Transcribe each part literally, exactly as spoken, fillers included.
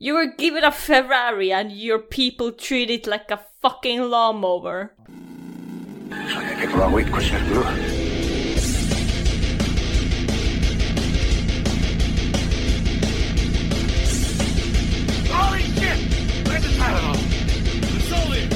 You were given a Ferrari and your people treat it like a fucking lawnmower. So you pick the wrong week, Christian Blue. Holy shit! Where's the Tylenol? It's all in.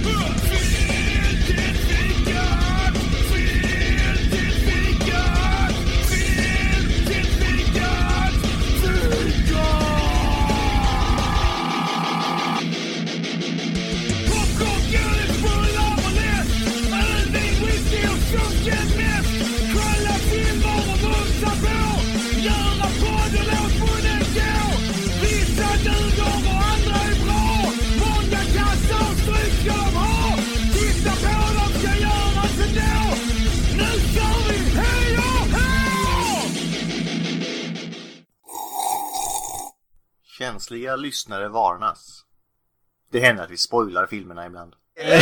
Känsliga lyssnare varnas. Det händer att vi spoilar filmerna ibland.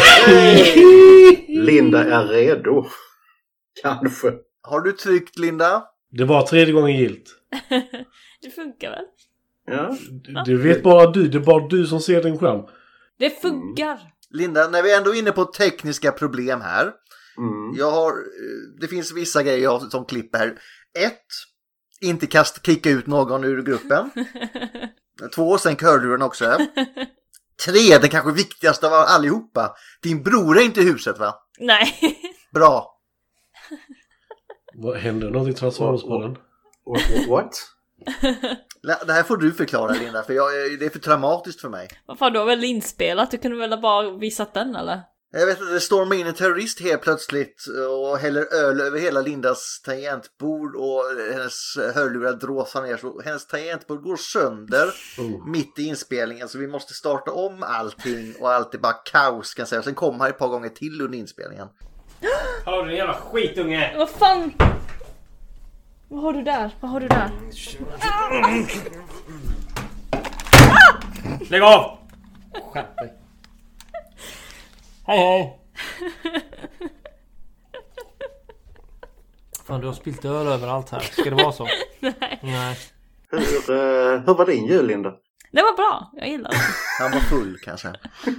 Linda är redo. Kanske. Har du tryckt, Linda? Det var tredje gången gilt. Det funkar väl? Ja. Du, du vet bara du, det är bara du som ser din skärm. Det funkar. Mm. Linda, när vi ändå är inne på tekniska problem här. Mm. Jag har, det finns vissa grejer jag som klipper här. Ett, inte kast, kicka ut någon ur gruppen. Två, sen hörluren också. Tre, den kanske viktigaste av allihopa. Din bror är inte i huset, va? Nej. Bra. Vad händer något i Transformers-podden? What? What? Det här får du förklara, Linda, för jag, det är för traumatiskt för mig. Vad fan, du har väl inspelat? Du kunde väl bara visat den, eller? Jag vet att det stormar in en terrorist helt plötsligt och häller öl över hela Lindas tangentbord och hennes hörlurar dråsar ner så hennes tangentbord går sönder oh. mitt i inspelningen, så vi måste starta om allting och allt är bara kaos, kan jag säga. Sen kommer han ett par gånger till under inspelningen. Hallå, din jävla skitunge! Vad fan? Vad har du där? Vad har du där? Lägg av! Skärp dig. Hej hej! Fan, du har spilt öl överallt här. Ska det vara så? Nej. Nej. Hur, uh, hur var din jul, Linda? Det var bra, jag gillar det. Han var full kanske.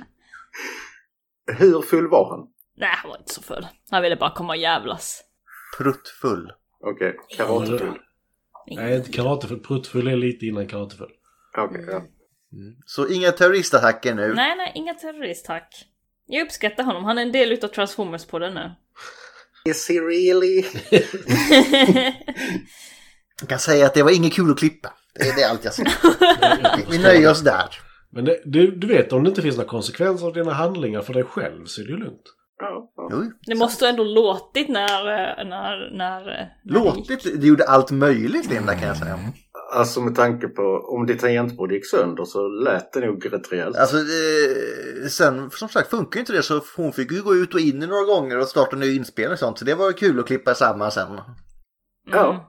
Hur full var han? Nej, han var inte så full. Han ville bara komma och jävlas. Pruttfull. Okej, okay. Karatefull. Nej, inte karatefull. Pruttfull är lite innan karatefull. Okej, okay, ja. Mm. Så inga terroristattacker nu? Nej, nej, inga terroristattack. Jag uppskattar honom. Han är en del utav Transformers på den nu. Is he really? Jag kan säga att det var inget kul att klippa. Det är det allt jag säger. Vi nöjer oss där. Men det, du, du vet, om det inte finns några konsekvenser av dina handlingar för dig själv så är det ju lugnt. Ja, ja. Jo, det måste ändå låtit när... när, när, när låtit? Det gjorde allt möjligt, Linda, kan jag säga. Alltså med tanke på om ditt tangentbord gick sönder så lät det nog rätt rejält. Alltså eh, sen som sagt funkar inte det, så hon fick ju gå ut och in i några gånger och starta en ny inspelning och sånt. Så det var kul att klippa samman sen. Mm. Ja.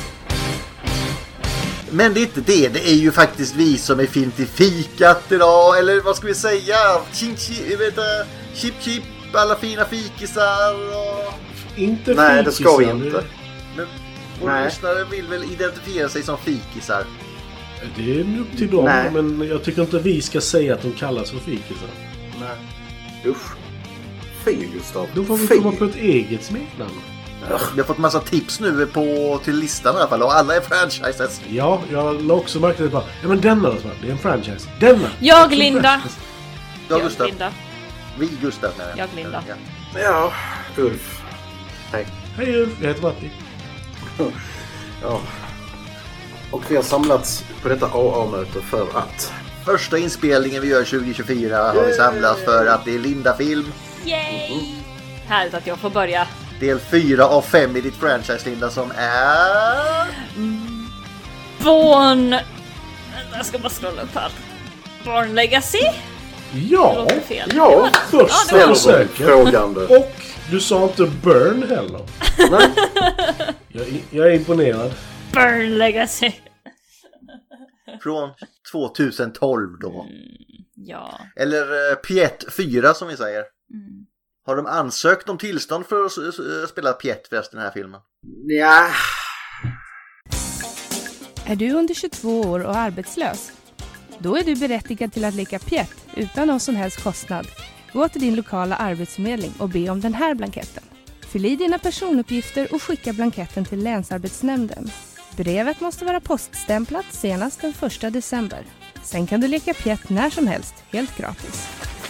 Men det är inte det. Det är ju faktiskt vi som är film till fikat idag. Eller vad ska vi säga? Ching, ching, vet du, chip chip, alla fina fikisar och... Inte Nej, fikisar. det ska vi inte. Men våra lyssnare vill väl identifiera sig som fikisar. Det är upp till dem, Nej. men jag tycker inte vi ska säga att de kallas för fikisar. Nej. Usch. Fy, Gustav. De får väl komma på ett eget smeknamn. Ja, vi har fått massa tips nu på, till listan i alla fall. Och alla är franchises. Ja, jag la också märkt det bara. Ja, men denna då, det är en franchise. Denna! Jag, Linda! Jag, Gustav. Linda. Vi, Gustav. Nej. Jag, Linda. Ja. Ja, Ulf. Hej. Hej Ulf, jag heter Matti. Ja. Och vi har samlats på detta A A-möte för att... Första inspelningen vi gör tjugo tjugofyra har vi samlats för att det är Linda-film. Yay! Mm. Härligt att jag får börja. Del fyra av fem i ditt franchise, Linda, som är... Mm. Born... Jag ska bara scrolla upp här. Born Legacy? Ja, ja, första ja, försöket. Frågande. Och du sa inte Burn heller. Nej. jag, jag är imponerad. Burn Legacy. Från tjugohundratolv då. Mm, ja. Eller uh, Piet fyra som vi säger. Mm. Har de ansökt om tillstånd för att uh, spela Piet förresten i den här filmen? Ja. Är du under tjugotvå år och arbetslös? Då är du berättigad till att leka pjätt utan någon som helst kostnad. Gå till din lokala arbetsförmedling och be om den här blanketten. Fyll i dina personuppgifter och skicka blanketten till länsarbetsnämnden. Brevet måste vara poststämplat senast den första december. Sen kan du leka pjätt när som helst, helt gratis.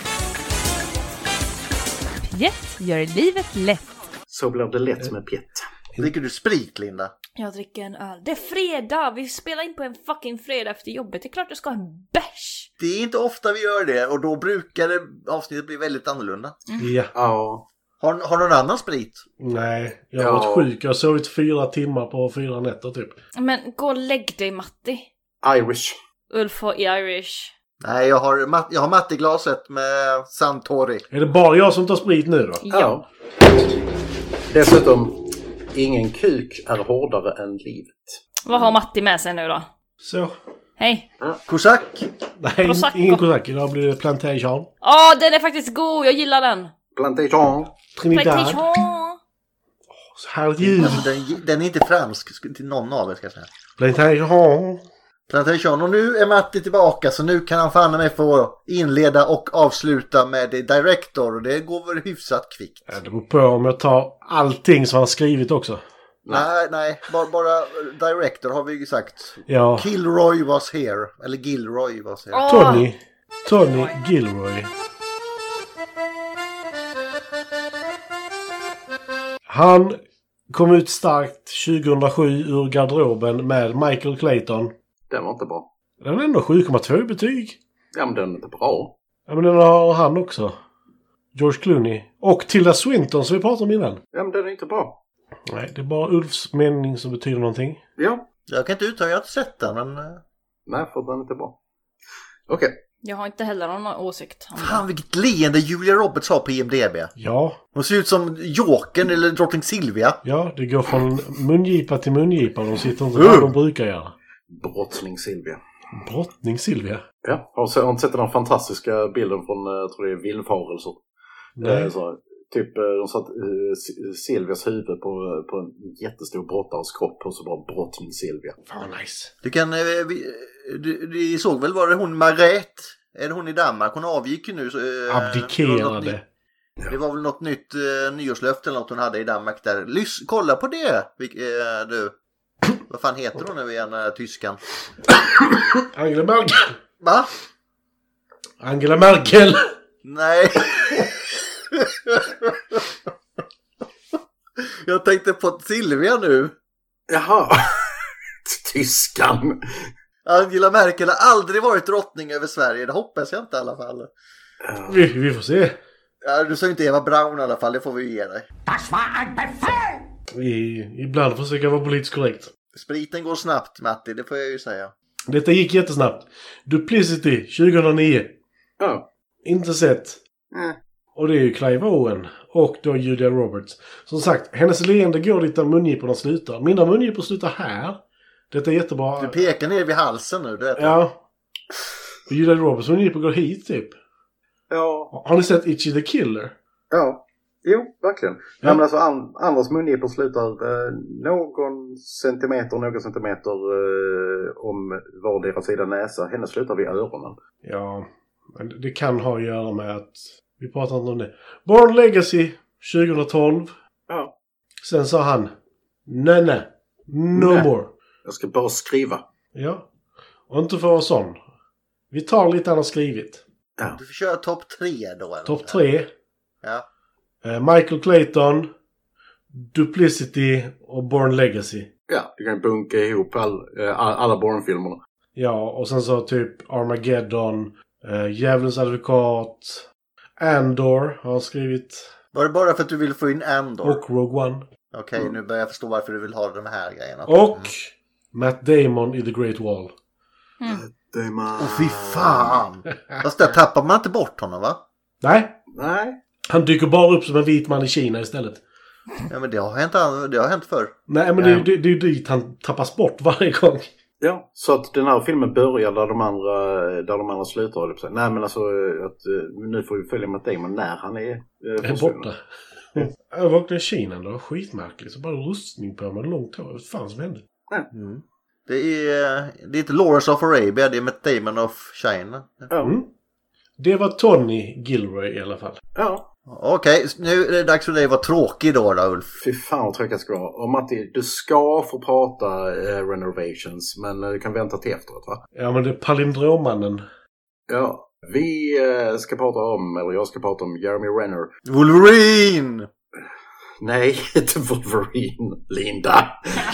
Pjätt gör livet lätt. Så blir det lätt med pjätt. Dricker du sprit, Linda? Jag dricker en öl. Det är fredag. Vi spelar in på en fucking fredag efter jobbet. Det är klart du ska ha en bärs. Det är inte ofta vi gör det och då brukar det, avsnittet bli väldigt annorlunda. Mm. Ja. Ja. Har, har någon annan sprit? Nej, jag har Ja. varit sjuk. Jag har sovit fyra timmar på fyra nätter typ. Men gå och lägg dig, Matti. Irish. Ulf och Irish. Nej, jag har, mat, jag har matt i glaset med Santori. Är det bara jag som tar sprit nu då? Ja. Dessutom, ingen kuk är hårdare än livet. Vad har Matti med sig nu då? Så. Hej. Kosak? Nej, Prosecco. ingen kosak. Idag blir det plantation. Åh, den är faktiskt god. Jag gillar den. Plantation. Trinidad. Plantation. Så härligt ljud. Alltså, den, den är inte fransk till någon av er, ska jag säga. Plantation. Plantation. Och nu är Matti tillbaka, så nu kan han fan med få inleda och avsluta med Director. Och det går väl hyfsat kvickt. Ja, det beror på om jag tar allting som han har skrivit också. Nej, nej. Bara, bara Director har vi ju sagt. Ja. Kilroy was here. Eller Gilroy was here. Åh. Tony. Tony Gilroy. Han kom ut starkt tjugohundrasju ur garderoben med Michael Clayton. Den var inte bra. Den är ändå sju komma två i betyg. Ja, men den är inte bra. Ja, men den har han också. George Clooney. Och Tilda Swinton som vi pratade om innan. Ja, men den är inte bra. Nej, det är bara Ulfs mening som betyder någonting. Ja. Jag kan inte uttala, jag har inte sett den, men... Nej, för den är inte bra. Okej. Okay. Jag har inte heller någon åsikt. om Fan, vilket leende Julia Roberts har på I M D B. Ja. Hon ser ut som Jokern eller drottning Silvia. Ja, det går från mungipa till mungipa. De sitter inte där de brukar göra. Brottning Silvia. Brottning Silvia? Ja, har du inte sett den fantastiska bilden från, jag tror det är Villfarelser? Nej. Så, typ, de satt uh, Silvias huvud på, på en jättestor brottares kropp och så bara brottning Silvia. Fan, nice. Du kan, eh, vi, du, du såg väl, var det hon Marette? Är det hon i Danmark? Hon avgick ju nu. Så, eh, Abdikerade. Det var väl något nytt eh, nyårslöfte eller något hon hade i Danmark där. Lys, kolla på det, Vilk, eh, du. Vad fan heter hon nu igen, äh, tyskan? Angela Merkel. Va? Angela Merkel. Nej. Jag tänkte på Silvia nu. Jaha. Tyskan. Angela Merkel har aldrig varit drottning över Sverige. Det hoppas jag inte i alla fall. Vi, vi får se. Ja, du sa inte Eva Braun i alla fall. Det får vi ge dig. Vi ibland försöker vara politiskt korrekt. Spriten går snabbt, Matti. Det får jag ju säga. Detta gick jättesnabbt. Duplicity tjugohundranio. Ja. Inte sett. Mm. Och det är ju Clive Owen. Och då Julia Roberts. Som sagt, hennes leende går dit där mungiporna slutar. Mina mungipor slutar här. Detta är jättebra. Du pekar ner vid halsen nu, du vet. Ja. Och Julia Roberts mungipor går hit typ. Ja. Har ni sett Itchy the Killer? Ja. Jo, verkligen. Ja. Ja. Men alltså an, andras mungipor slutar eh, någon centimeter, någon centimeter eh, om var deras sida näsa. Hennes slutar vid öronen. Ja. Men det kan ha att göra med att vi pratar inte om det. Born Legacy tjugotolv. Ja. Sen sa han nej, nej. No Nej. more. Jag ska bara skriva. Ja. Och inte för att vara sån. Vi tar lite han har skrivit. Ja. Du får köra topp tre då. Eller? Topp tre. Ja. Eh, Michael Clayton. Duplicity och Born Legacy. Ja, du kan bunka ihop all, eh, all, alla Bourne-filmerna. Ja, och sen så typ Armageddon. Eh, Djävulens advokat. Andor har han skrivit. Var det bara för att du vill få in Andor? Och Rogue One. Okej, okay, nu börjar jag förstå varför du vill ha de här grejerna. Och Matt Damon i The Great Wall. Mm. Damon. Åh, fy fan! Fast där tappar man inte bort honom, va? Nej. Nej. Han dyker bara upp som en vit man i Kina istället. Ja, men det har hänt, det har hänt förr. Nej, men det, det, det är ju dit han tappas bort varje gång. Ja, så att den här filmen börjar där de andra, där de andra slutar. Eller så. Nej, men alltså att nu får vi följa Matt Damon när han är eh, är borta. Jag vaknade i Kina, det var skitmärkligt. Så bara rustning på med långt hår. Vad fan som hände? Mm. Det är, det är inte Lawrence of Arabia, det är Matt Damon of China. Mm. Det var Tony Gilroy i alla fall. Ja. Okej, okay, nu är det dags för dig att vara tråkig då, då Ulf. Fy fan vad tråkigt ska vara. Och Matti, du ska få prata eh, Renovations, men eh, du kan vänta till efteråt, va? Ja, men det är palindrommannen. Ja, vi eh, ska prata om, eller jag ska prata om Jeremy Renner. Wolverine! Nej, inte Wolverine, Linda.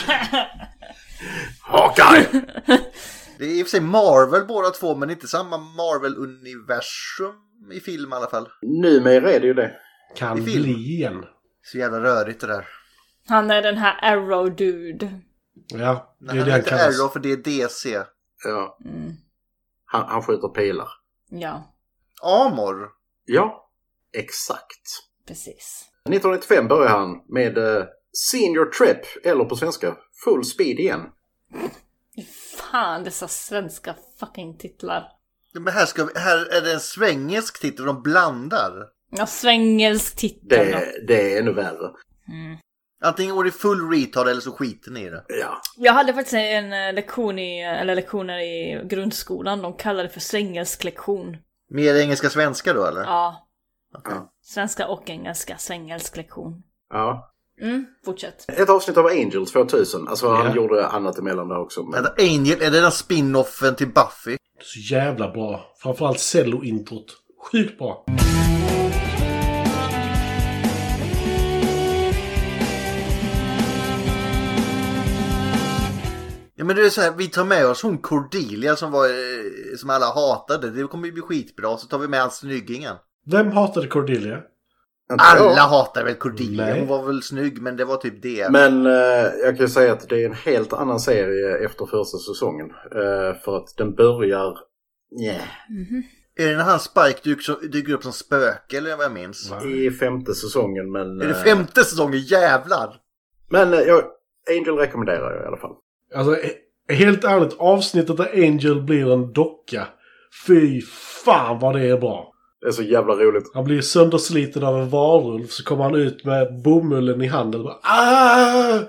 Hawkeye! Det är i och för sig Marvel båda två, men inte samma Marvel-universum i film i alla fall. Numera är det ju det. Kan bli igen. Så jävla rörigt det där. Han är den här Arrow-dude. Ja, det är Nej, det han han heter kallas. Arrow för det är D C. Ja. Mm. Han, han skjuter pilar. Ja, Amor. Ja, exakt. precis. nittonhundranittiofem börjar han med uh, Senior Trip, eller på svenska Full Speed igen. Fan, dessa svenska fucking titlar. Men här, ska vi, här är det en svengelsk titel, de blandar. Ja, svengelsk titel. Det, det är ännu värre. Mm. Antingen går det full retard eller så skiter ni i det. Ja. Jag hade faktiskt en lektion i, eller lektioner i grundskolan. De kallade det för svengelsk lektion. Mer engelska svenska då eller? Ja. Okay. Svenska och engelska, svengelsk lektion. Ja. Mm, fortsätt. Ett avsnitt av Angel tvåtusen. Alltså Yeah. han gjorde annat emellan där också. Men... Angel, är det den spin-offen till Buffy? Så jävla bra. Framförallt cello-introt. Sjukt bra. Ja men det är så här, vi tar med oss hon Cordelia som var eh, som alla hatade. Det kommer ju bli skitbra. Så tar vi med hans snyggingen. Vem hatade Cordelia? Alla ja. hatar väl Cordelia. Nej. Hon var väl snygg, men det var typ det. Men eh, jag kan ju säga att det är en helt annan serie efter första säsongen. Eh, för att den börjar... Yeah. Mm-hmm. Är det när han Spike dyker, dyker upp som spöke eller vad jag minns? Va? I femte säsongen, men... Är det femte säsongen? Jävlar! Men eh, jag, Angel rekommenderar jag i alla fall. Alltså, helt ärligt, avsnittet där Angel blir en docka. Fy fan vad det är bra. Det är så jävla roligt. Han blir söndersliten av en varulv, så kommer han ut med bomullen i handen och bara ah!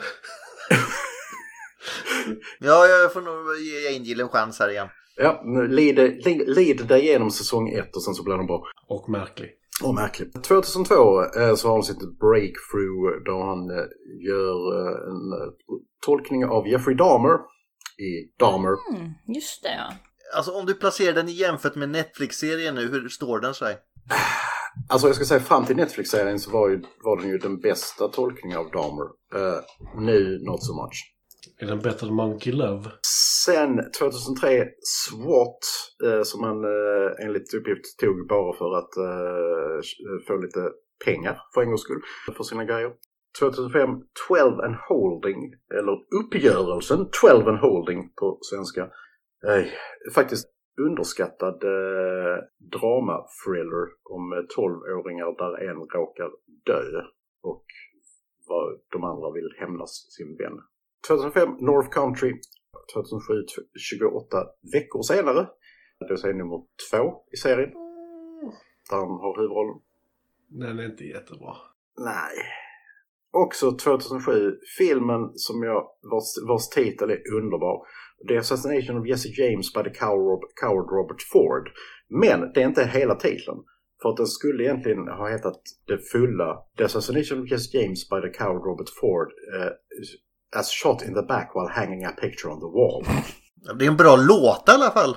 Ja, jag får nog ge Angel en chans här igen. Ja, led, led dig igenom säsong ett och sen så blir den bra. Och märklig. Och märkligt. tjugohundratvå eh, så har han sitt breakthrough då han eh, gör eh, en eh, tolkning av Jeffrey Dahmer i Dahmer. Mm, just det, ja. Alltså om du placerar den i jämfört med Netflix-serien nu, hur står den sig? Alltså jag ska säga fram till Netflix-serien så var, ju, var den ju den bästa tolkningen av Dahmer. Uh, nu, not so much. Är den bättre än Monkey Love? Sen tjugohundratre SWAT uh, som han uh, enligt uppgift tog bara för att uh, få lite pengar för en gångs skull för sina grejer. tjugohundrafem twelve and Holding, eller Uppgörelsen twelve and Holding på svenska. Eh, faktiskt underskattad eh, drama-thriller om tolv-åringar där en råkar dö och vad de andra vill hämnas sin vän. tjugohundrafem North Country, tjugohundrasju tjugoåtta veckor senare, det vill säga nummer två i serien, där han har huvudrollen. Den är inte jättebra. Nej. Också tjugohundrasju, filmen som jag, vars, vars titel är underbar. The Assassination of Jesse James by the coward, coward Robert Ford. Men det är inte hela titeln. För att den skulle egentligen ha hetat det fulla The Assassination of Jesse James by the coward Robert Ford uh, as shot in the back while hanging a picture on the wall. Det är en bra låt i alla fall.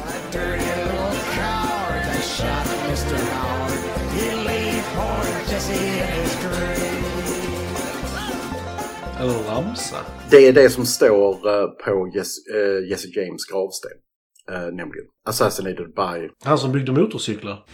Eller ramsa. Det är det som står uh, på Jesse, uh, Jesse James gravsten. Uh, nämligen Assassinated by... Han som byggde motorcyklar.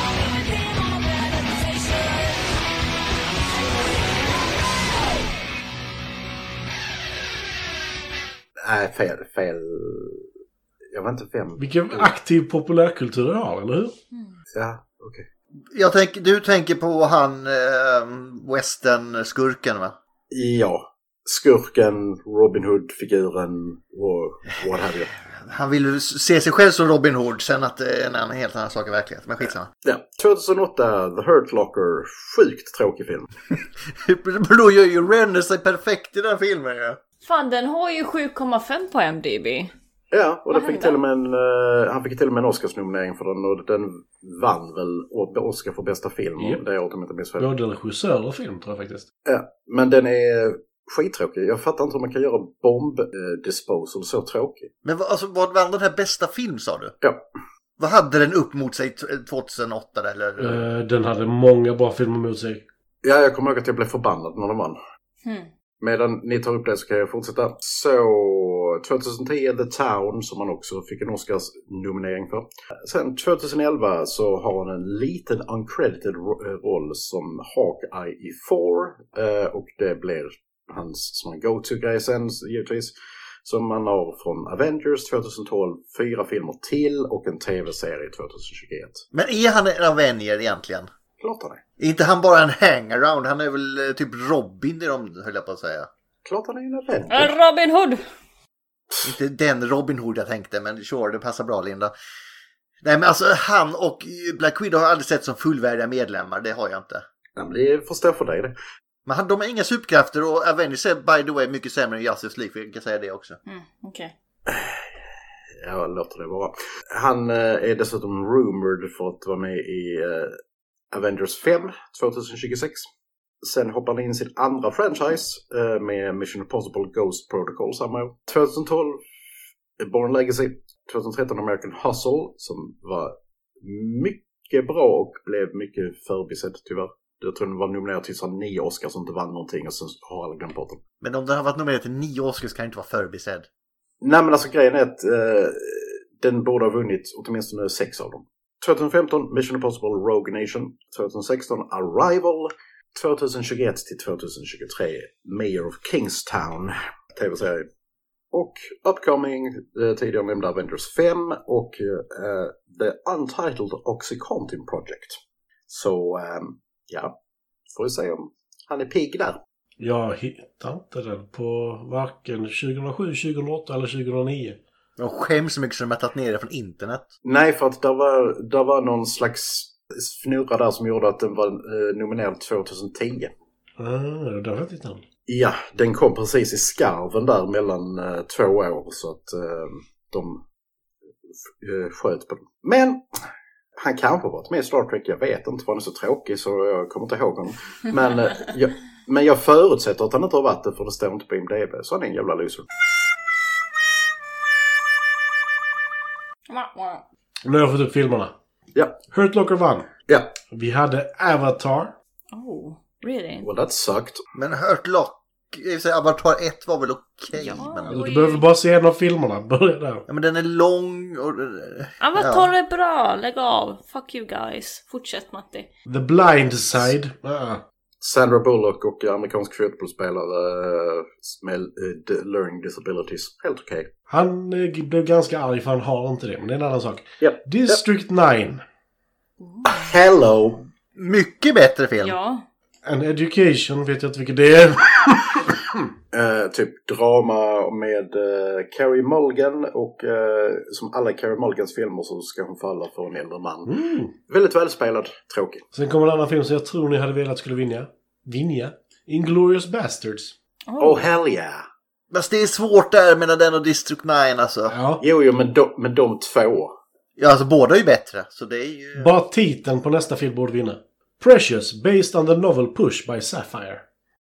Nej, fel, fel. Jag vet inte vem. Vilken aktiv populärkultur det har, eller hur? Mm. Ja, okej. Okay. Jag tänk, du tänker på han eh, western-skurken, va? Ja. Skurken, Robin Hood-figuren och what have you. Han vill se sig själv som Robin Hood, sen att det är en annan, helt annan sak i verkligheten. Men skitsamma. Ja. tjugohundraåtta, The Hurt Locker. Sjukt tråkig film. Men då gör ju Renner sig perfekt i den filmen. Ja. Fan, den har ju sju komma fem på M D B. Ja, och Vad det fick hände? till och med en, uh, han fick till och med en Oscarsnominering för den. Och den vann väl Oscar för bästa film. Yep. Det året om jag inte minns fel. Både regissör och film tror jag faktiskt. Ja, men den är skittråkig. Jag fattar inte hur man kan göra bomb uh, disposal så tråkig. Men vad, alltså, vad var den här bästa film, sa du? Ja. Vad hade den upp mot sig tjugohundraåtta eller? Uh, den hade många bra filmer mot sig. Ja, jag kommer ihåg att jag blev förbannad när de vann. Hmm. Medan ni tar upp det så kan jag fortsätta. Så tjugohundratio The Town som han också fick en Oscars-nominering för. Sen tjugohundraelva så har han en liten uncredited roll som Hawkeye i Thor. Och det blir hans som go-to-grej sen givetvis. Som man har från Avengers tjugotolv, fyra filmer till och en tv-serie tjugohundratjugoett. Men är han en Avenger egentligen? Klart han är. Är inte han bara en hangaround? Han är väl typ Robin, det de höll jag på att säga. Klart han är en Avenger. Robin Hood! Inte den Robin Hood jag tänkte, men sure, det passar bra, Linda. Nej, men alltså han och Black Widow har jag aldrig sett som fullvärdiga medlemmar, det har jag inte. Ja, men det förstår för dig det. Men de har inga superkrafter och Avengers är by the way mycket sämre än Justice League, för jag kan säga det också. Mm, okej. Okay. Ja, låter det vara. Han eh, är dessutom rumored för att vara med i eh, Avengers fem tjugohundratjugosex. Sen hoppar han in sin andra franchise eh, med Mission Impossible Ghost Protocol samma år. tjugotolv Born Legacy. tjugotretton American Hustle som var mycket bra och blev mycket förbisedd tyvärr. Jag tror den var nominerad till så nio Oscars som inte vann någonting och sen har alla glömt bort den. Men om den har varit nominerad till nio Oscars kan det inte vara förbisedd. Nej, men alltså grejen är att eh, den borde ha vunnit åtminstone sex av dem. tjugofemton Mission Impossible Rogue Nation. tjugosexton Arrival. tjugotjugoett till tjugotjugotre Mayor of Kingstown, tv-serie. Och upcoming eh, tidigare nämnda Avengers fem och eh, The Untitled Oxycontin Project. Så eh, ja, får vi se om han är pigg där. Jag hittar inte den på varken tjugohundrasju, tjugohundraåtta eller tjugohundranio. De skäms så mycket som de har tagit ner det från internet. Nej, för att det var, det var någon slags fnurra där som gjorde att den var eh, nominerad tjugotio. Ah, det där vet jag inte. Ja, den kom precis i skarven där mellan eh, två år så att eh, de eh, sköt på den. Men han kanske varit med i Star Trek, jag vet inte, för han är så tråkig så jag kommer inte ihåg honom. Men, eh, jag, men jag förutsätter att han inte har varit det för det står inte på I M D B, så han är en jävla loser. Nu har jag fått upp filmerna. Ja. Hurt Locker vann. Ja. Vi hade Avatar. Oh, really? Well, that sucked. Men Hurt Lock, jag vill säga Avatar ett var väl okej. Ja. Men... Du behöver bara se en av filmerna. Börja där. Ja, men den är lång och... Avatar är bra, lägg av. Fuck you guys. Fortsätt, Matti. The Blind Side. Ah. Sandra Bullock och amerikansk fotbollsspelare uh, med uh, learning disabilities. Helt okej. Okay. Han eh, blev ganska arg för han har inte det, men det är en annan sak. Yep. District nio. Hello! Mycket bättre film. Ja. An Education, vet jag inte vilket det är. uh, typ drama med uh, Carey Mulligan och uh, som alla Carey Mulligans filmer så ska hon falla för en äldre man. Mm. Väldigt välspelad, tråkig. Sen kommer en annan film som jag tror ni hade velat skulle vinna. Vinna? Inglourious Bastards. Oh, oh hell yeah! Men det är svårt där mellan den och District nio alltså. Ja. Jo, jo, men de, men de två. Ja, alltså båda är ju bättre. Så det är ju... Bara titeln på nästa film borde vinna. Precious, based on the novel Push by Sapphire.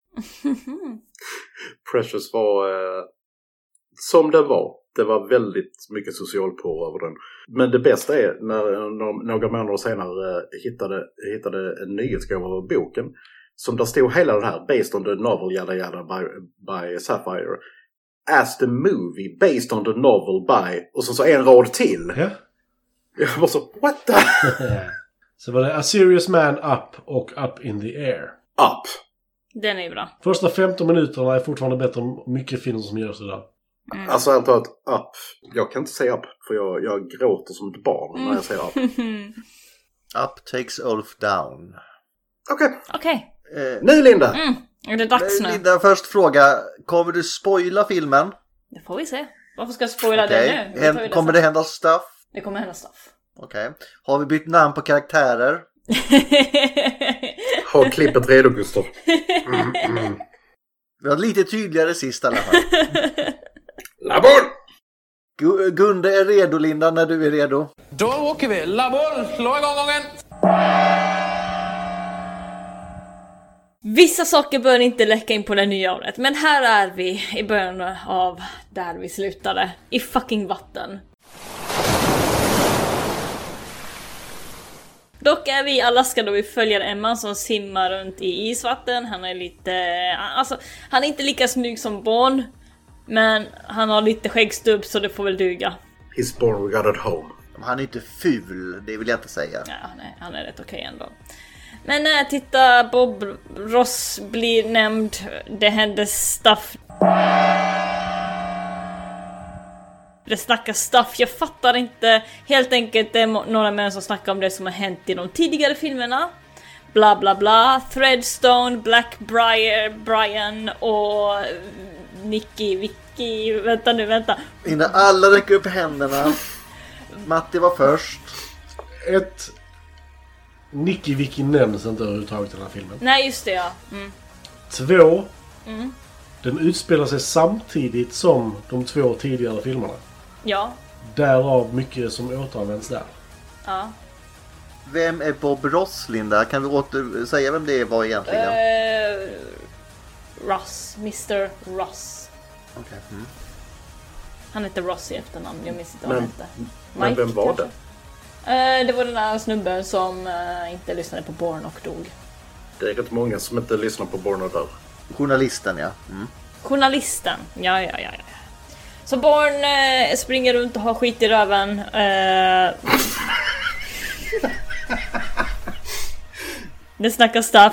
Precious var eh, som den var. Det var väldigt mycket socialporr över den. Men det bästa är när de, några månader senare eh, hittade, hittade en nyhetsgåva av boken. Som där stod hela den här based on the novel yada yada by, by Sapphire. As the movie based on the novel by. Och så, så en rad till. Ja. Jag var så, what the? Så var det A Serious Man Up och Up in the Air. Up. Den är bra. Första femton minuterna är fortfarande bättre än mycket film som görs idag. Mm. Alltså jag tar ett Up. Jag kan inte säga Up för jag, jag gråter som ett barn när jag säger Up. Up takes Ulf down. Okej. Okay. Okej. Okay. Eh, nu Linda. Mm. Är det dags nu? Linda, först fråga. Kommer du spoila filmen? Det får vi se. Varför ska jag spoila okay. det nu? Hän, kommer det hända stuff? Det kommer hända stuff. Okej. Okay. Har vi bytt namn på karaktärer? Har klippet redo, Gustav. Mm, mm. Vi har lite tydligare sist i alla fall. Laboll! Gu- Gunde är redo, Linda, när du är redo. Då åker vi. Laboll, slå igång gången. Vissa saker bör inte läcka in på det nya året, men här är vi i början av där vi slutade. I fucking vatten. Dock är vi i Alaska då vi följer en man som simmar runt i isvatten. Han är lite... Alltså, han är inte lika snygg som Born. Men han har lite skäggstubb så det får väl duga. He's born, we got it home. Han är inte ful, det vill jag inte säga. Ja, han är, han är rätt okej ändå. Men äh, titta, Bob Ross blir nämnd. Det händer stuff. Det snackas stuff. Jag fattar inte. Helt enkelt det är några män som snackar om det som har hänt i de tidigare filmerna. Bla bla bla. Threadstone, Blackbriar, Brian och Nicky, Vicky. Vänta nu, vänta. Innan alla räcker upp händerna. Matti var först. Ett... Nicky Vicky nämns inte överhuvudtaget i den här filmen. Nej, just det, ja. Mm. Två. Mm. Den utspelar sig samtidigt som de två tidigare filmerna. Ja. Därav mycket som återanvänds där. Ja. Vem är Bob Ross, Linda? Kan du åter säga vem det var egentligen? Uh, Ross. mister Ross. Okay. Mm. Han heter Ross i efternamn. Jag minns inte vad men, han hette. Men Mike, vem var kanske? det? Uh, det var den där snubben som uh, inte lyssnade på Born och dog. Det är rätt många som inte lyssnar på Born och dör. Journalisten, ja. Mm. Journalisten. Ja, ja, ja, ja. Så Born uh, springer runt och har skit i röven. Uh... det snackar stuff.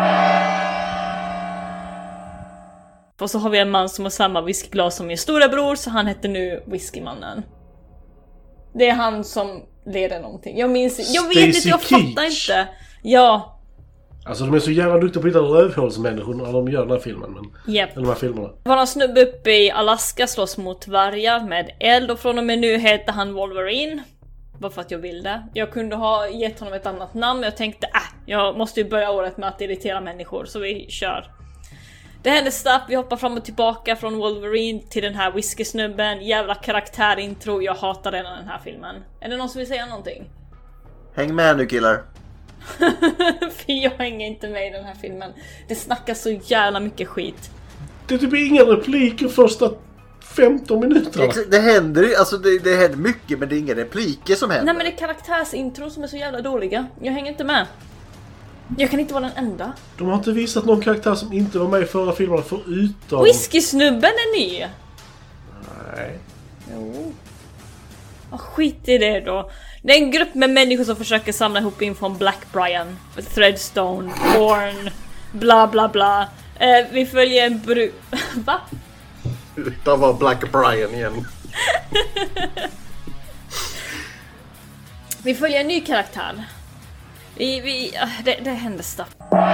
Och så har vi en man som har samma whiskyglas som min stora bror, så han heter nu Whiskymannen. Det är han som leder någonting. Jag minns, jag vet inte, jag fattar inte. Ja. Alltså de är så jävla duktiga på att hitta rövhålsmänniskor när de gör den här filmen. Men, yep. De här filmerna. Det var en snubbe uppe i Alaska slåss mot vargar med eld, och från och med nu heter han Wolverine. Bara för att jag vill det. Jag kunde ha gett honom ett annat namn, men jag tänkte äh, jag måste ju börja året med att irritera människor, så vi kör. Det händer stuff, vi hoppar fram och tillbaka från Wolverine till den här whiskysnubben. Jävla karaktärintro, jag hatar redan den här filmen. Är det någon som vill säga någonting? Häng med nu, killar. För jag hänger inte med i den här filmen. Det snackas så jävla mycket skit. Det är typ inga repliker första femton minuter. Det, det händer alltså det, det händer mycket, men det är inga repliker som händer. Nej, men det är karaktärsintro som är så jävla dåliga. Jag hänger inte med. Jag kan inte vara den enda. De har inte visat någon karaktär som inte var med i förra filmen förutom... Whiskysnubben är ny. Nej. Jo. Oh, skit i det då. Det är en grupp med människor som försöker samla ihop info om Black Brian, Threadstone, Born, bla bla bla. Eh, vi följer en bru... Va? Det var Black Brian igen. Vi följer en ny karaktär. Vi, vi, det, det händer stuff.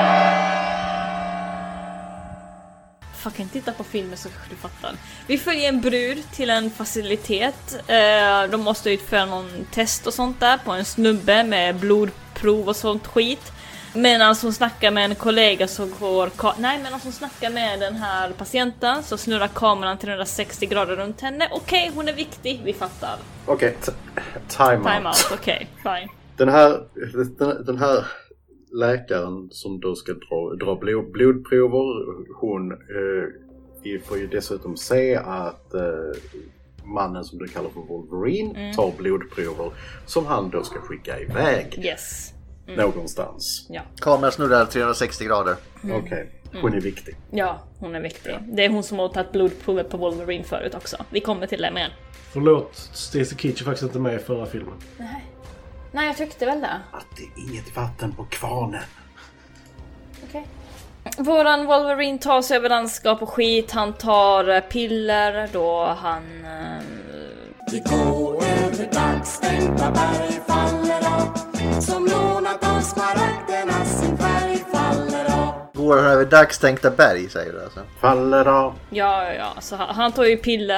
Fucking titta på filmen så kanske du fattar. Vi följer en brud till en facilitet. Eh, de måste utföra någon test och sånt där på en snubbe med blodprov och sånt skit. Medan hon snackar med en kollega så går... Ka- Nej, medan hon snackar med den här patienten så snurrar kameran trehundrasextio grader runt henne. Okej, okay, hon är viktig, vi fattar. Okej, okay, t- time out. Time out, okej, okay, fine. Den här, den, den här läkaren som då ska dra, dra blod, blodprover, hon eh, vi får ju dessutom se att eh, mannen som du kallar för Wolverine mm. tar blodprover som han då ska skicka iväg. Yes. Mm. Någonstans. Ja. Kameran snurrar trehundrasextio grader. Mm. Okej, okay. Hon är viktig. Ja, hon är viktig. Ja. Det är hon som har tagit blodprovet på Wolverine förut också. Vi kommer till det med. Förlåt, Stacy Keach är faktiskt inte med i förra filmen. Nej. Nej, jag tyckte väl det. Att det är inget vatten på kvarnen. Okej. Okay. Våran Wolverine tar sig över landskap och skit. Han tar piller då han... Um... Vi går över dagstänkta berg faller av. Som lånat av smaragderna sin färg faller av. Går han över dagstänkta berg, säger du alltså? Faller av. Ja, ja, ja. Så han, han tar ju piller.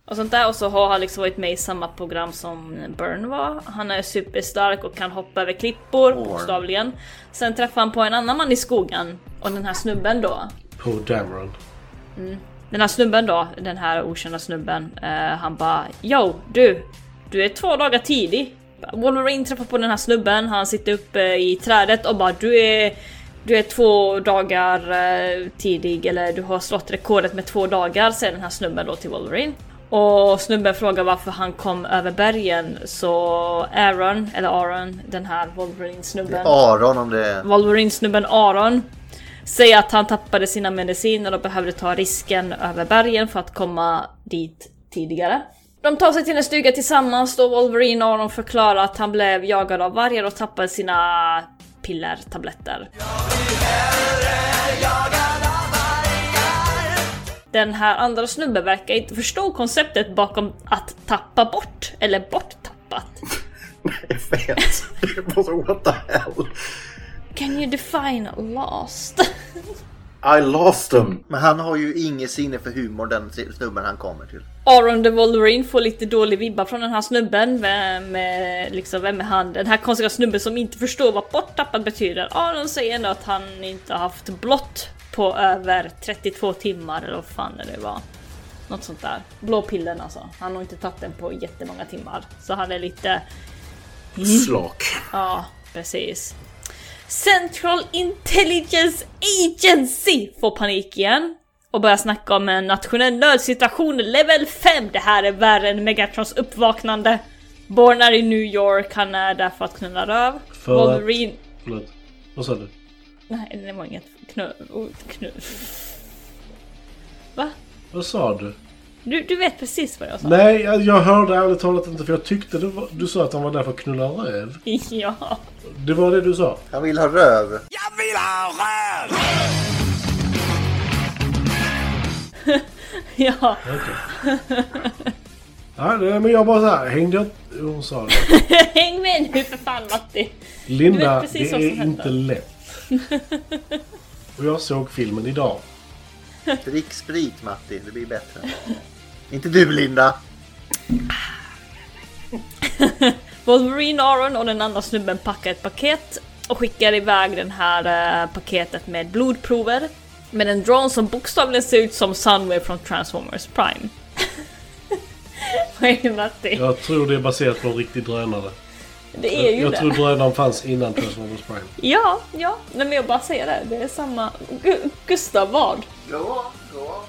och sånt där. Och så har han liksom varit med i samma program som Byrne var. Han är superstark och kan hoppa över klippor, bokstavligen. Sen träffar han på en annan man i skogen. Och den här snubben då. Poe Dameron. Mm. Den här snubben då, den här okända snubben. Uh, han bara, yo, du. Du är två dagar tidig. Wolverine träffar på den här snubben. Han sitter uppe i trädet och bara, du är... Du är två dagar uh, tidig, eller du har slått rekordet med två dagar, säger den här snubben då till Wolverine. Och snubben frågar varför han kom över bergen, så Aaron, eller Aaron, den här Wolverine-snubben. Aaron om det är... Wolverine-snubben Aaron säger att han tappade sina mediciner och behövde ta risken över bergen för att komma dit tidigare. De tar sig till en stuga tillsammans då Wolverine och Aaron förklarar att han blev jagad av vargar och tappade sina pillertabletter. Den här andra snubben verkar inte förstå konceptet bakom att tappa bort, eller borttappat. Nej, jag vet. Det är bara så, what the hell? Can you define lost? I lost them. Men han har ju inget sinne för humor, den snubben han kommer till. Aaron the Wolverine får lite dålig vibbar från den här snubben. Vem, liksom, vem är han? Den här konstiga snubben som inte förstår vad borttappad betyder. Aaron säger ändå att han inte har haft blått på över trettiotvå timmar, eller vad fan det var. Något sånt där. Blå pillen alltså. Han har inte tagit den på jättemånga timmar. Så han är lite... Slak. Ja, precis. Central Intelligence Agency får panik igen och börjar snacka om en nationell nödsituation level fem. Det här är värre än Megatrons uppvaknande. Born är i New York, han är där för att knulla röv. För Wolverine... att... Förlåt. Vad sa du? Nej, det var inget knull... knull. Va? Vad sa du? du? Du vet precis vad jag sa. Nej, jag, jag hörde ärligt talat inte, för jag tyckte du, var, du sa att han var där för att knulla röv. Ja. Det var det du sa. Han vill ha röv. Jag vill ha röv! Ja. Okej. Ja, det- men jag bara så här, hängde jag... Hon sa det. Häng med nu för fan, Matti. Linda, precis det vad som är händer. inte lätt. Och jag såg filmen idag. Drick sprit, Matti, det blir bättre. Inte du, Linda. Wolverine, Aaron och den andra snubben packar ett paket och skickar iväg den här uh, paketet med blodprover med en drone som bokstavligen ser ut som Sunwave från Transformers Prime. Vad är det, Matti? Jag tror det är baserat på en riktig drönare. Det är ju jag det. tror drönaren fanns innan Transformers Prime. Ja, ja. Nej, men jag bara säger det. Det är samma... Gu- Gustav, vad? Ja, ja.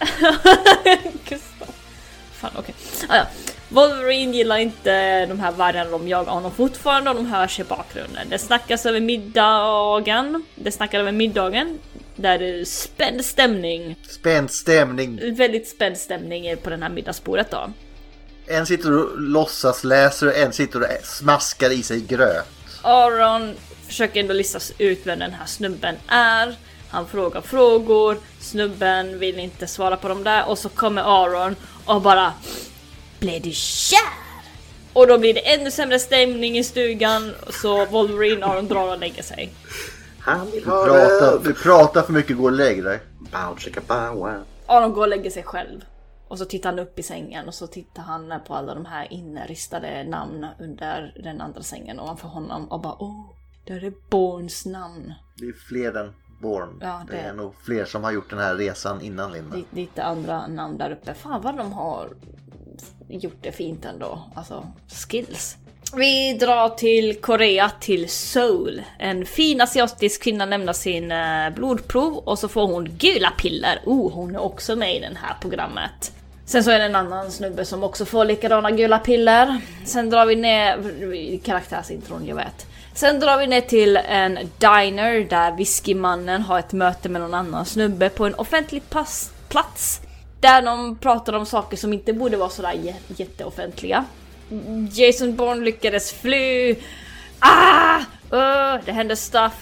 Gustav. Fan, okej. Okay. Ah, ja. Wolverine gillar inte de här vargarna, de jagar honom fortfarande och de hörs i bakgrunden. Det snackas över middagen. Det snackas över middagen. Där det är spänd stämning. Spänd stämning. Väldigt spänd stämning på den här middagsbordet då. En sitter och låtsas läser och en sitter och smaskar i sig gröt. Aaron försöker ändå lista ut vem den här snubben är. Han frågar frågor. Snubben vill inte svara på dem där. Och så kommer Aaron och bara... Blev du kär? Och då blir det ännu sämre stämning i stugan. Så Wolverine och Aaron drar och lägger sig. Han vill Du ha pratar, röv. du pratar för mycket, gå och lägg dig. Bow, chicka, bow, wow. Aaron går och lägger sig själv. Och så tittar han upp i sängen. Och så tittar han på alla de här inristade namn under den andra sängen ovanför honom. Och bara, åh, det är Borns namn. Det är fler än Born. Ja, det... det- det är nog fler som har gjort den här resan innan, Linda. Lite, lite andra namn där uppe. Fan vad de har gjort det fint ändå. Alltså, skills. Vi drar till Korea, till Seoul. En fin asiatisk kvinna lämnar sin eh, blodprov och så får hon gula piller. Oh, hon är också med i det här programmet. Sen så är det en annan snubbe som också får likadana gula piller. Sen drar vi ner karaktärsintron, jag vet. Sen drar vi ner till en diner där whiskymannen har ett möte med någon annan snubbe på en offentlig pass- plats. Där de pratar om saker som inte borde vara sådär j- jätteoffentliga. Jason Bourne lyckades fly. Ah! Uh, det hände stuff.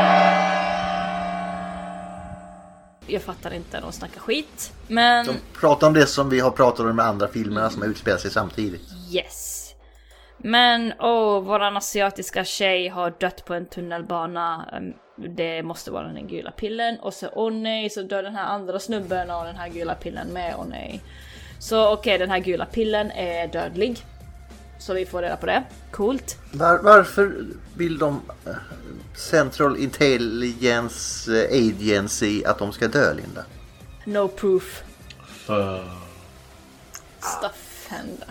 Jag fattar inte när de snackar skit. Men... De pratar om det som vi har pratat om med andra filmerna som utspelar sig samtidigt. Yes. Men, åh, våran asiatiska tjej har dött på en tunnelbana. Det måste vara den gula pillen. Och så, åh nej, så dör den här andra snubben av den här gula pillen med, åh nej. Så okej, okay, den här gula pillen är dödlig. Så vi får reda på det. Coolt. Var, varför vill de Central Intelligence Agency att de ska dö, Linda? No proof. För... Stuff händer.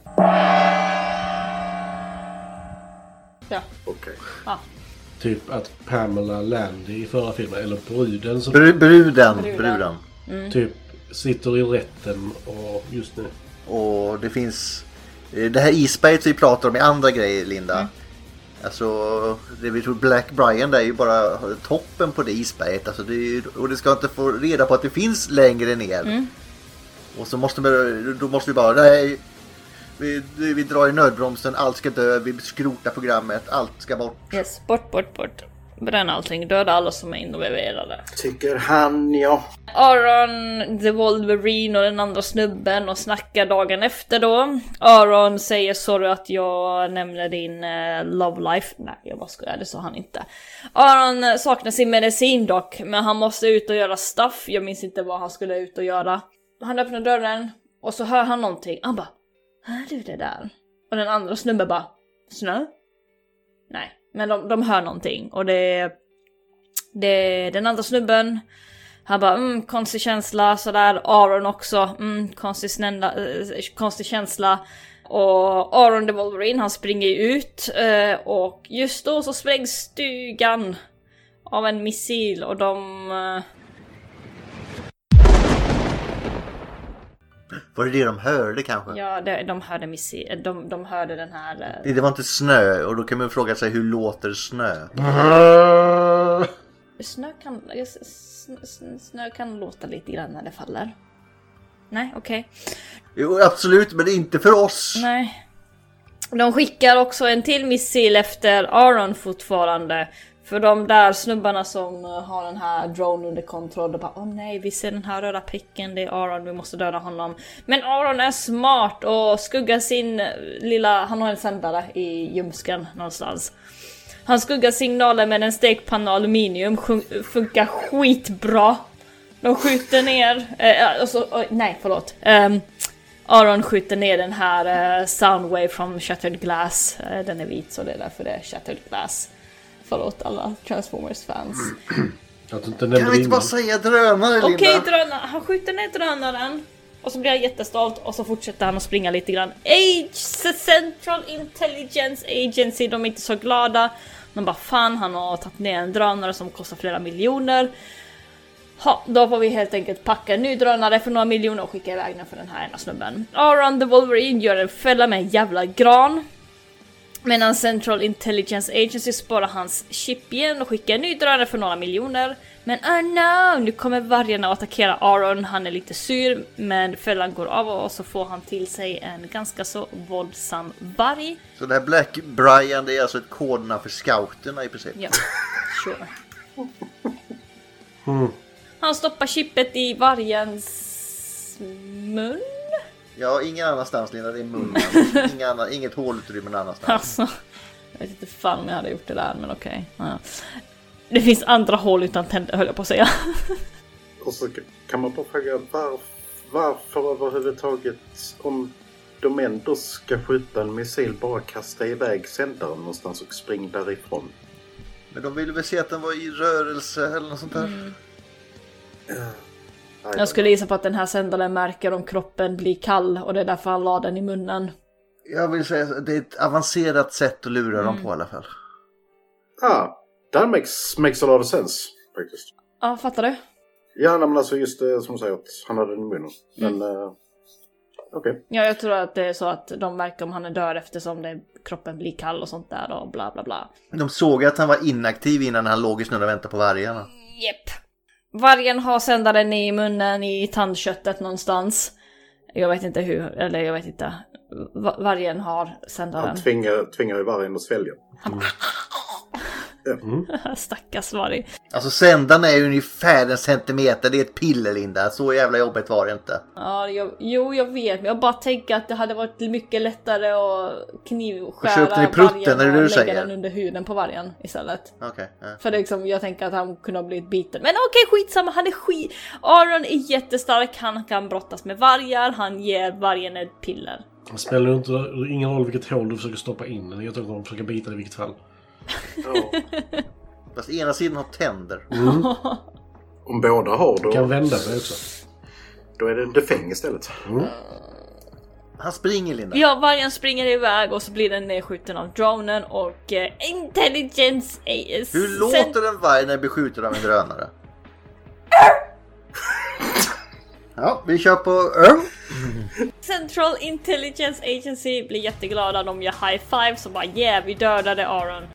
Ja. Okej. Okay. Ja. Typ att Pamela Landy i förra filmen, eller bruden som... Br- bruden, bruden. Mm. Typ sitter i rätten och just nu. Och det finns... Det här isberget vi pratar om i andra grejer, Linda. Mm. Alltså, det vi tror Black Brian där är ju bara toppen på det isberget. Alltså det är, och det ska inte få reda på att det finns längre ner. Mm. Och så måste vi, då måste vi bara, nej, vi, vi drar i nödbromsen, allt ska dö, vi skrotar programmet, allt ska bort. Yes, bort, bort, bort. Bränn allting, döda alla som är involverade. Tycker han, ja. Aaron, The Wolverine och den andra snubben och snackar dagen efter då. Aaron säger sorry att jag nämner din uh, love life. Nej, jag bara skojar, det sa han inte. Aaron saknar sin medicin dock, men han måste ut och göra stuff. Jag minns inte vad han skulle ut och göra. Han öppnar dörren och så hör han någonting. Han bara, hör du det där? Och den andra snubben bara, snö? Nej. Men de, de hör någonting. Och det, det den andra snubben. Han bara, mm, konstig känsla. Sådär, Aaron också. Mm, konstig, snälla, äh, konstig känsla. Och Aaron the Wolverine, han springer ut. Äh, och just då så sprängs stugan av en missil. Och de... Äh... Var det det de hörde kanske? Ja, det, de hörde missil. De, de hörde den här... Äh... Det, det var inte snö. Och då kan man fråga sig, hur låter snö? Snö kan, snö, snö kan låta lite grann när det faller. Nej, okej. Okay. Jo, absolut, men det är inte för oss. Nej. De skickar också en till missil efter Aaron fortfarande. För de där snubbarna som har den här drone under kontroll, de bara, åh nej, vi ser den här röda pricken, det är Aaron, vi måste döda honom. Men Aaron är smart och skuggar sin lilla, han har en sändare i ljumsken någonstans. Han skuggar signaler med en stekpanna aluminium, funkar skitbra. De skjuter ner, eh, alltså, oh, nej förlåt. Um, Aaron skjuter ner den här uh, Soundwave from Shattered Glass. Uh, den är vit så det är därför det är Shattered Glass. Förlåt alla Transformers-fans. Kan vi inte bara säga drönare, Linda? Okej, okay, drönare. Han skjuter ner drönaren. Och så blir han jättestolt. Och så fortsätter han att springa lite grann. Age, Central Intelligence Agency. De är inte så glada. De bara, fan, han har tagit ner en drönare som kostar flera miljoner. Ha, då får vi helt enkelt packa en ny drönare för några miljoner och skicka iväg den för den här ena snubben. Aaron the Wolverine gör en fälla med en jävla gran. Medan Central Intelligence Agency sparar hans chip igen och skickar en ny drönare för några miljoner. Men oh no, nu kommer vargarna att attackera Aaron. Han är lite sur, men fällan går av och så får han till sig en ganska så våldsam varg. Så det här Black Brian, det är alltså ett kodnamn för scouterna i princip? Ja, sure. Mm. Han stoppar chippet i vargens mun. Ja, ingen annanstans, Linda, det är munnen. Ingen annan, inget hålutrymme någon annanstans. Alltså, jag vet inte fan om jag hade gjort det där, men okej. Okay. Ja. Det finns andra hål utan tänder, höll jag på att säga. Och så kan man bara fråga var, varför överhuvudtaget, om de ändå ska skjuta en missil, bara kasta iväg sändaren någonstans och springa därifrån. Men de ville väl se att den var i rörelse eller något sånt där. Mm. Uh, jag skulle gissa på att den här sändaren märker om kroppen blir kall och det är därför han la den i munnen. Jag vill säga att det är ett avancerat sätt att lura mm. dem på i alla fall. Ja, ah, that makes, makes a lot of sense faktiskt. Ja, fattar du? Ja, men alltså just det som säger att han hade den i munnen. Men, mm. uh, okej. Okay. Ja, jag tror att det är så att de märker om han är död eftersom det, kroppen blir kall och sånt där och bla bla bla. De såg att han var inaktiv innan han låg i snön och väntade på vargarna. Japp. Vargen har sändaren i munnen, i tandköttet någonstans. Jag vet inte hur, eller jag vet inte. Vargen har sändaren. Han tvingar, tvingar ju vargen att svälja. Han... Mm. Stackars Varg. Alltså sändan är ju ungefär en centimeter. Det är ett piller, Linda. Så jävla jobbigt var det inte. Ja, jag, jo jag vet. Men jag bara tänker att det hade varit mycket lättare att knivskära Försökte ni prutten, är det vargen du och lägga säger? den under huden på vargen istället. Okej. Okay, ja. För det liksom, jag tänker att han kunde ha blivit biten. Men okej, okay, skitsamma. Han är skit. Aron är jättestark. Han kan brottas med vargar. Han ger vargen ett piller. Det spelar inte ingen roll vilket hål du försöker stoppa in. Jag tror att de försöker bita det i vilket fall. Ja. Fast ena sidan har tänder. Mm. Om båda har då... Kan vända sig också. Då är det defäng istället. Mm. Han springer, Linda. Ja, vargen springer iväg och så blir den nedskjuten av dronen och eh, intelligence... Eh, Hur låter en varg när den blir skjuten av en drönare? Ja, vi kör på... Central Intelligence Agency blir jätteglada. De gör high five så bara yeah, vi dödade Aron.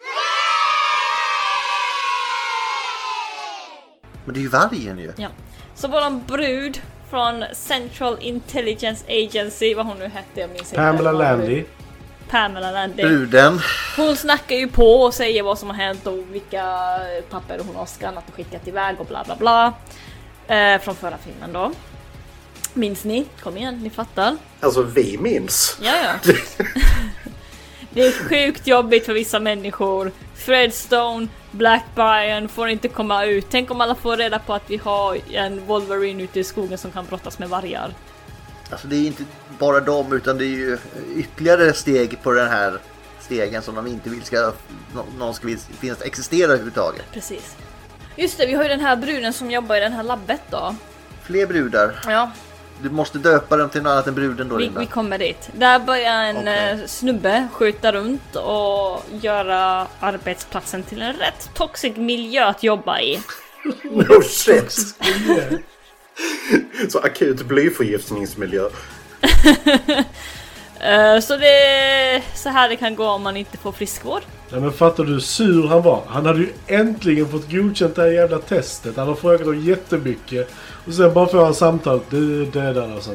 Men det är ju vargen ju. Ja. Så våran brud från Central Intelligence Agency, vad hon nu hette, jag minns inte. Pamela Landy. Pamela Landy. Bruden. Hon snackar ju på och säger vad som har hänt och vilka papper hon har skannat och skickat iväg och bla bla bla. Eh, från förra filmen då. Minns ni? Kom igen, ni fattar. Alltså vi minns. Ja, ja. Det är sjukt jobbigt för vissa människor. Threadstone, Black Brian får inte komma ut. Tänk om alla får reda på att vi har en Wolverine ute i skogen som kan brottas med vargar. Alltså det är inte bara dem, utan det är ju ytterligare steg på den här stegen som de inte vill ska någon ska finnas existera överhuvudtaget. Precis. Just det, vi har ju den här bruden som jobbar i den här labbet då. Fler brudar. Ja. Du måste döpa dem till något annat än bruden då, vi, Linda. vi kommer dit. Där börjar en Okay. snubbe skjuta runt och göra arbetsplatsen till en rätt toxic miljö att jobba i. No shit. Så akut blyförgiftningsmiljö. uh, så det är så här det kan gå om man inte får friskvård. Nej, men fattar du hur sur han var? Han hade ju äntligen fått godkänt det här jävla testet. Han har frågat om jättemycket. Och sen bara får han samtal. Du dödar alltså.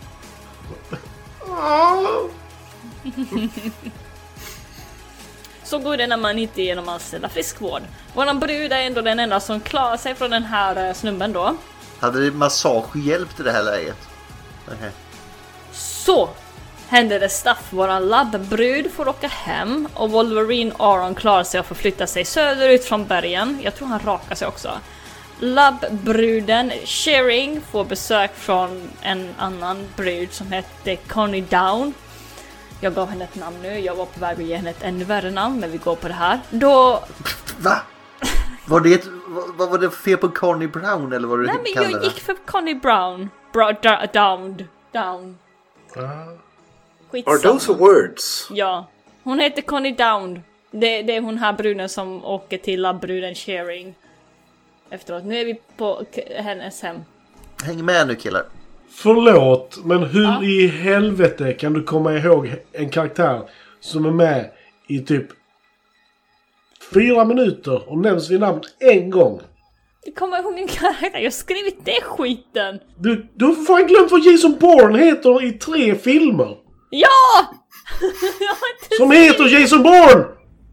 Så går det när man inte genom anställda friskvård. Våran brud är ändå den enda som klarar sig från den här snubben då. Hade det massage hjälpt i det här läget? Okay. Så händer det stuff. Våran labbbrud får åka hem och Wolverine Aron klarar sig att förflytta sig söderut från bergen. Jag tror han rakar sig också. Labbbruden Shearing får besök från en annan brud som hette Connie Down. Jag gav henne ett namn nu. Jag var på väg att ge henne ett ännu värre namn, men vi går på det här. Då... Va? Var det ett, vad var det för fel på Connie Brown eller vad du Nej, kallade men det? jag gick för Connie Brown. Bra, da, down. Down. Are those words? Ja. Hon heter Connie Down. Det, det är hon här bruden som åker till labbbruden Shearing. Efteråt. Nu är vi på k- hennes hem. Häng med nu, killar. Förlåt, men hur Ja. i helvete kan du komma ihåg en karaktär som är med i typ fyra minuter och nämns vid namn en gång? Jag kommer ihåg min karaktär. Jag har skrivit det skiten. Du, du har fan glömt vad Jason Bourne heter i tre filmer. Ja! Jag har inte Som skrivit- heter Jason Bourne!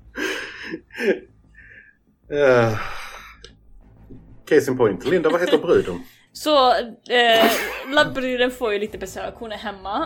Uh, case in point. Linda, vad heter bruden? Så eh, labbbruden får ju lite besök. Hon är hemma.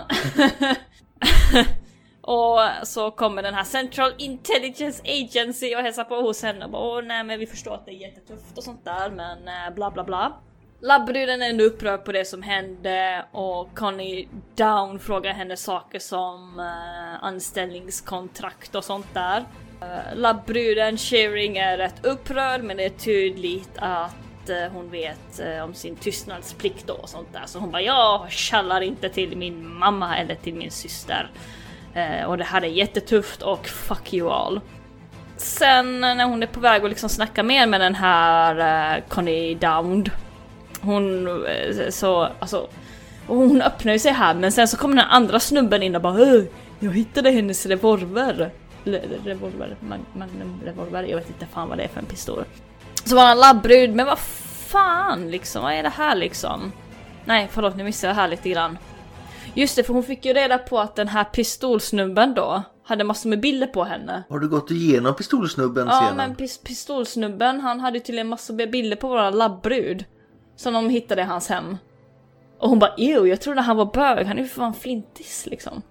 Och så kommer den här Central Intelligence Agency och hälsar på hos henne och bara, åh nej men vi förstår att det är jättetufft och sånt där, men eh, bla bla bla. Labbbruden är ändå upprörd på det som hände och Connie Down frågar henne saker som eh, anställningskontrakt och sånt där. Uh, Labbbruden Shearing är rätt upprörd, men det är tydligt att uh, hon vet uh, om sin tystnadsplikt och sånt där. Så hon bara, jag kallar inte till min mamma eller till min syster. Uh, och det här är jättetufft och fuck you all. Sen när hon är på väg att liksom snacka mer med den här uh, Connie Down. Hon uh, så, alltså, och hon öppnar ju sig här, men sen så kommer den andra snubben in och bara, jag hittade hennes revolver. Revolver, magnum revolver, jag vet inte fan vad det är för en pistol. Så var han labbbrud, men vad fan liksom, vad är det här liksom? Nej, förlåt, nu missade jag här lite grann. Just det, för hon fick ju reda på att den här pistolsnubben då hade massor med bilder på henne. Har du gått igenom pistolsnubben Ja, scenen? men pis- pistolsnubben, han hade tydligen massor med bilder på våra labbrud. Som de hittade i hans hem. Och hon bara, ew, jag trodde han var bög. Han är ju för fan flintis, liksom.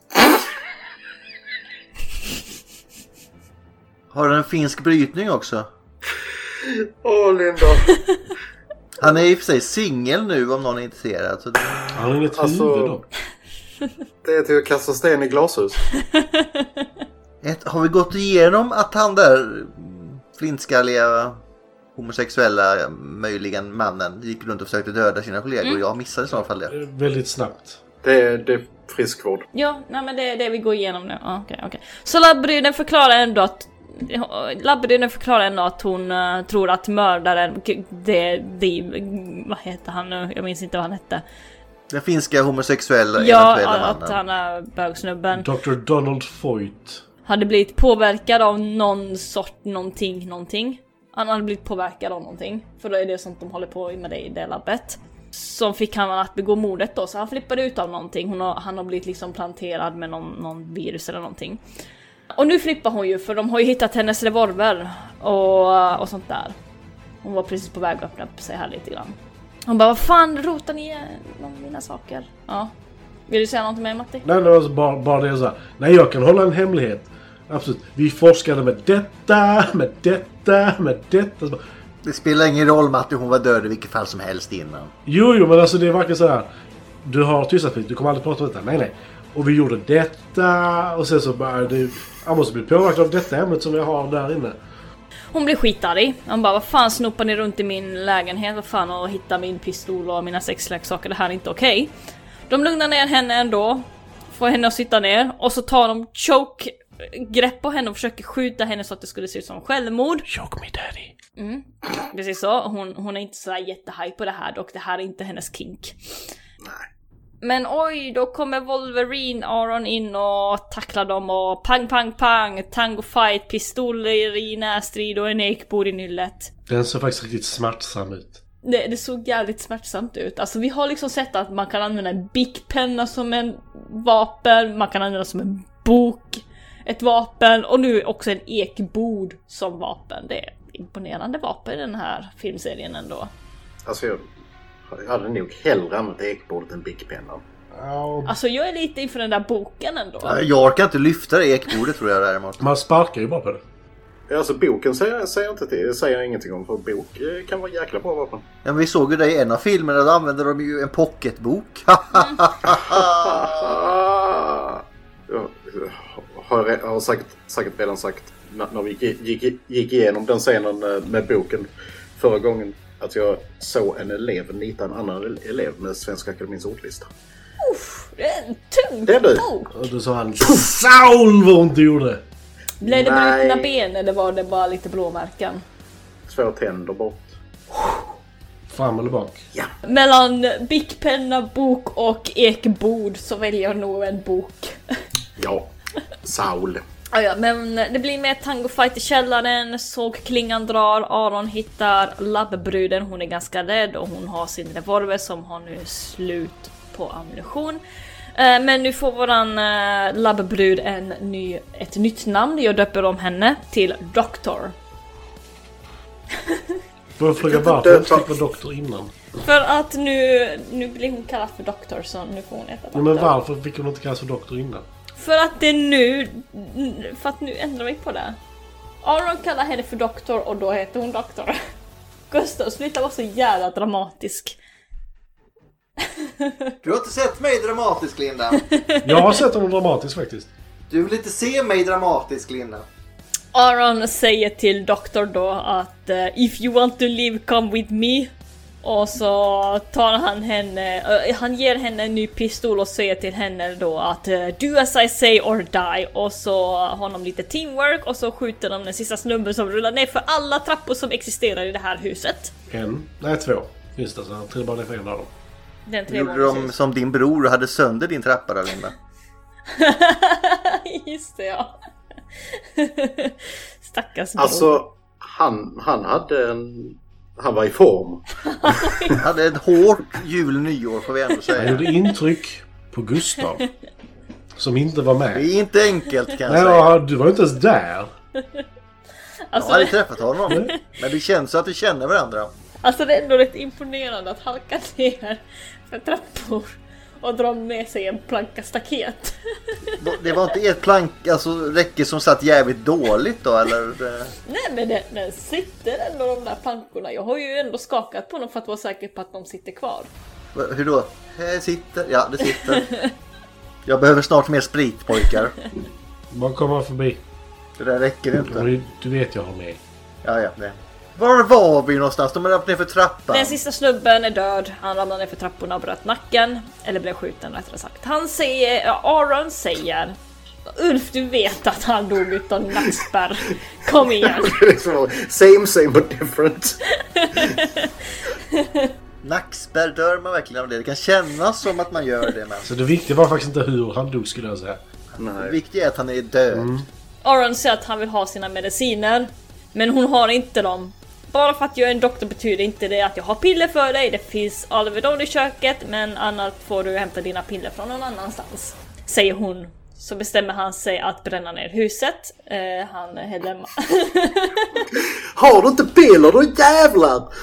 Har du en finsk brytning också? Åh, oh, Linda. Han är i och för sig singel nu om någon är intresserad. Så det... Han har inget Alltså- huvud då. Det är till att kasta sten i glashus. Ett, har vi gått igenom att han där flintskalliga homosexuella, möjligen mannen, gick runt och försökte döda sina kollegor? Mm. Jag missade i så fall det. Eh, Väldigt snabbt. Det är, det är friskvård. Ja, nej men det är det vi går igenom nu. Ja, okej, okej. Så labbryden förklarar ändå att Labbryden förklarar ändå att hon uh, tror att mördaren det, det vad heter han nu? Jag minns inte vad han hette. Den finska homosexuella Ja, eventuella att mannen. han är bögsnubben. doktor Donald Foyt. Hade blivit påverkad av någon sort någonting någonting. Han hade blivit påverkad av någonting, för då är det sånt de håller på med det i det labbet. Så fick han att begå mordet då, så han flippade ut av någonting. Hon har, han har blivit liksom planterad med någon, någon virus eller någonting. Och nu flippar hon ju, för de har ju hittat hennes revolver och, och sånt där. Hon var precis på väg att öppna upp sig här lite grann. Hon bara, vad fan, rotar ni någon av mina saker? Ja. Vill du säga något med Matti? Nej, det var bara, bara det så här. Nej, jag kan hålla en hemlighet. Absolut. Vi forskade med detta, med detta, med detta. Det spelar ingen roll, Matti, hon var död i vilket fall som helst innan. Jo, jo, men alltså det är verkligen så här. Du har tystnadsplikt, du kommer aldrig prata om detta. Nej, nej. Och vi gjorde detta. Och sen så bara, det, jag måste bli påverkad av detta ämnet som jag har där inne. Hon blir skitarg. Han bara, vad fan snopar ni runt i min lägenhet? Vad fan, och hittar min pistol och mina sexleksaker? Det här är inte okej. De lugnar ner henne ändå. Får henne att sitta ner. Och så tar de choke grepp på henne och försöker skjuta henne så att det skulle se ut som självmord. Choke me daddy. Mm, precis så. Hon, hon är inte så jättehype på det här, och det här är inte hennes kink. Nej. Men oj, då kommer Wolverine Aron in och tacklar dem och pang, pang, pang, tango fight, pistoler i närstrid och en ekbord i nyllet. Den ser faktiskt riktigt smärtsam ut. Det, det såg jävligt smärtsamt ut. Alltså vi har liksom sett att man kan använda en bikpenna som en vapen, man kan använda som en bok ett vapen, och nu också en ekbord som vapen. Det är imponerande vapen i den här filmserien ändå. Alltså jag, jag hade nog hellre använt ekbordet än bikpennan. Ja, Alltså jag är lite inför den där boken ändå. Jag kan inte lyfta det ekbordet, tror jag däremot. man sparkar ju bara på det. Ja, alltså boken säger, säger jag inte till, det säger jag ingenting om, för bok eh, kan vara jäkla bra vapen. Ja, men vi såg ju det i en av filmerna, då använde de ju en pocketbok. Mm. Jag har, jag har säkert, säkert redan sagt när, när vi gick, gick, gick igenom den scenen med boken förra gången, att jag såg en elev nita en annan elev med Svenska Akademins ordlista. Uff, det är en tung Det är du. bok. Och då sa han Saul vad ont det gjorde. Blev det Nej. brutna ben eller var det bara lite blåmärken? Två tänder bort. Fram eller bak. Ja. Mellan bikpenna, bok och ekbord så väljer jag nog en bok. Ja. Saul. Ah, ja, men det blir mer tangofight i källaren, sågklingan drar, Aron hittar labbbruden, hon är ganska rädd och hon har sin revolver som har nu slut på ammunition. Eh, men nu får våran eh, labbbrud en ny, ett nytt namn, jag döper om henne till Doktor. Får jag fråga varför jag inte fick vara doktor innan? För att nu, nu blir hon kallad för Doktor, så nu får hon heta Doktor. Ja, men varför fick hon inte kallas för doktor innan? För att det nu, för att nu ändrar vi på det. Aron kallar henne för Doktor och då heter hon Doktor. Gustav, sluta vara så jävla dramatisk. Du har inte sett mig dramatisk, Linda. Jag har sett honom dramatisk faktiskt. Du vill inte se mig dramatisk, Linda. Aron säger till Doktor då att uh, if you want to live, come with me. Och så tar han henne, uh, han ger henne en ny pistol och säger till henne då att uh, do as I say or die. Och så har de lite teamwork och så skjuter de den sista snubben som rullar ner för alla trappor som existerar i det här huset. En? Nej, två. Finns det så? Han trillar bara ner för en av dem. Den tre Gjorde de som din bror och hade sönder din trappa där, Linda? Just det, ja. Stackars bror. Alltså, han, han hade en... Han var i form. Han hade ett hårt jul nyår, får vi ändå Han säga. gjorde intryck på Gustav. som inte var med. Det är inte enkelt kan jag Nej, säga. ja, du var inte ens där. Alltså, jag har aldrig träffat honom. Men det känns så att vi känner varandra. Alltså det är ändå rätt imponerande att halka ner för trappor och dra med sig en planka staket. Det var inte ett plank, alltså räcke som satt jävligt dåligt då, eller? Nej, men den, den sitter ändå, de där plankorna. Jag har ju ändå skakat på dem för att vara säker på att de sitter kvar. Hur då? Det sitter, ja det sitter. Jag behöver snart mer sprit, pojkar. Bara komma förbi. Det där räcker inte. Du, du vet jag har med. Ja, ja, det. Var var vi någonstans? De är upp ner för trappan. Den sista snubben är död. Han ramlade ner för trapporna och bröt nacken. Eller blev skjuten rättare sagt. Han säger, ja, Aaron säger: Ulf, du vet att han dog utan nackspärr. Kom igen. Same, same but different. Nackspärr, dör man verkligen av det? Det kan kännas som att man gör det. Men... Så det viktiga var faktiskt inte hur han dog, skulle jag säga. Nej. Det viktiga är att han är död. Mm. Aaron säger att han vill ha sina mediciner. Men hon har inte dem. Bara för att jag är en doktor betyder inte det att jag har piller för dig. Det finns Alvedon i köket, men annars får du hämta dina piller från någon annanstans. Säger hon. Så bestämmer han sig att bränna ner huset. Eh, han häller... Har du inte piller då jävlar?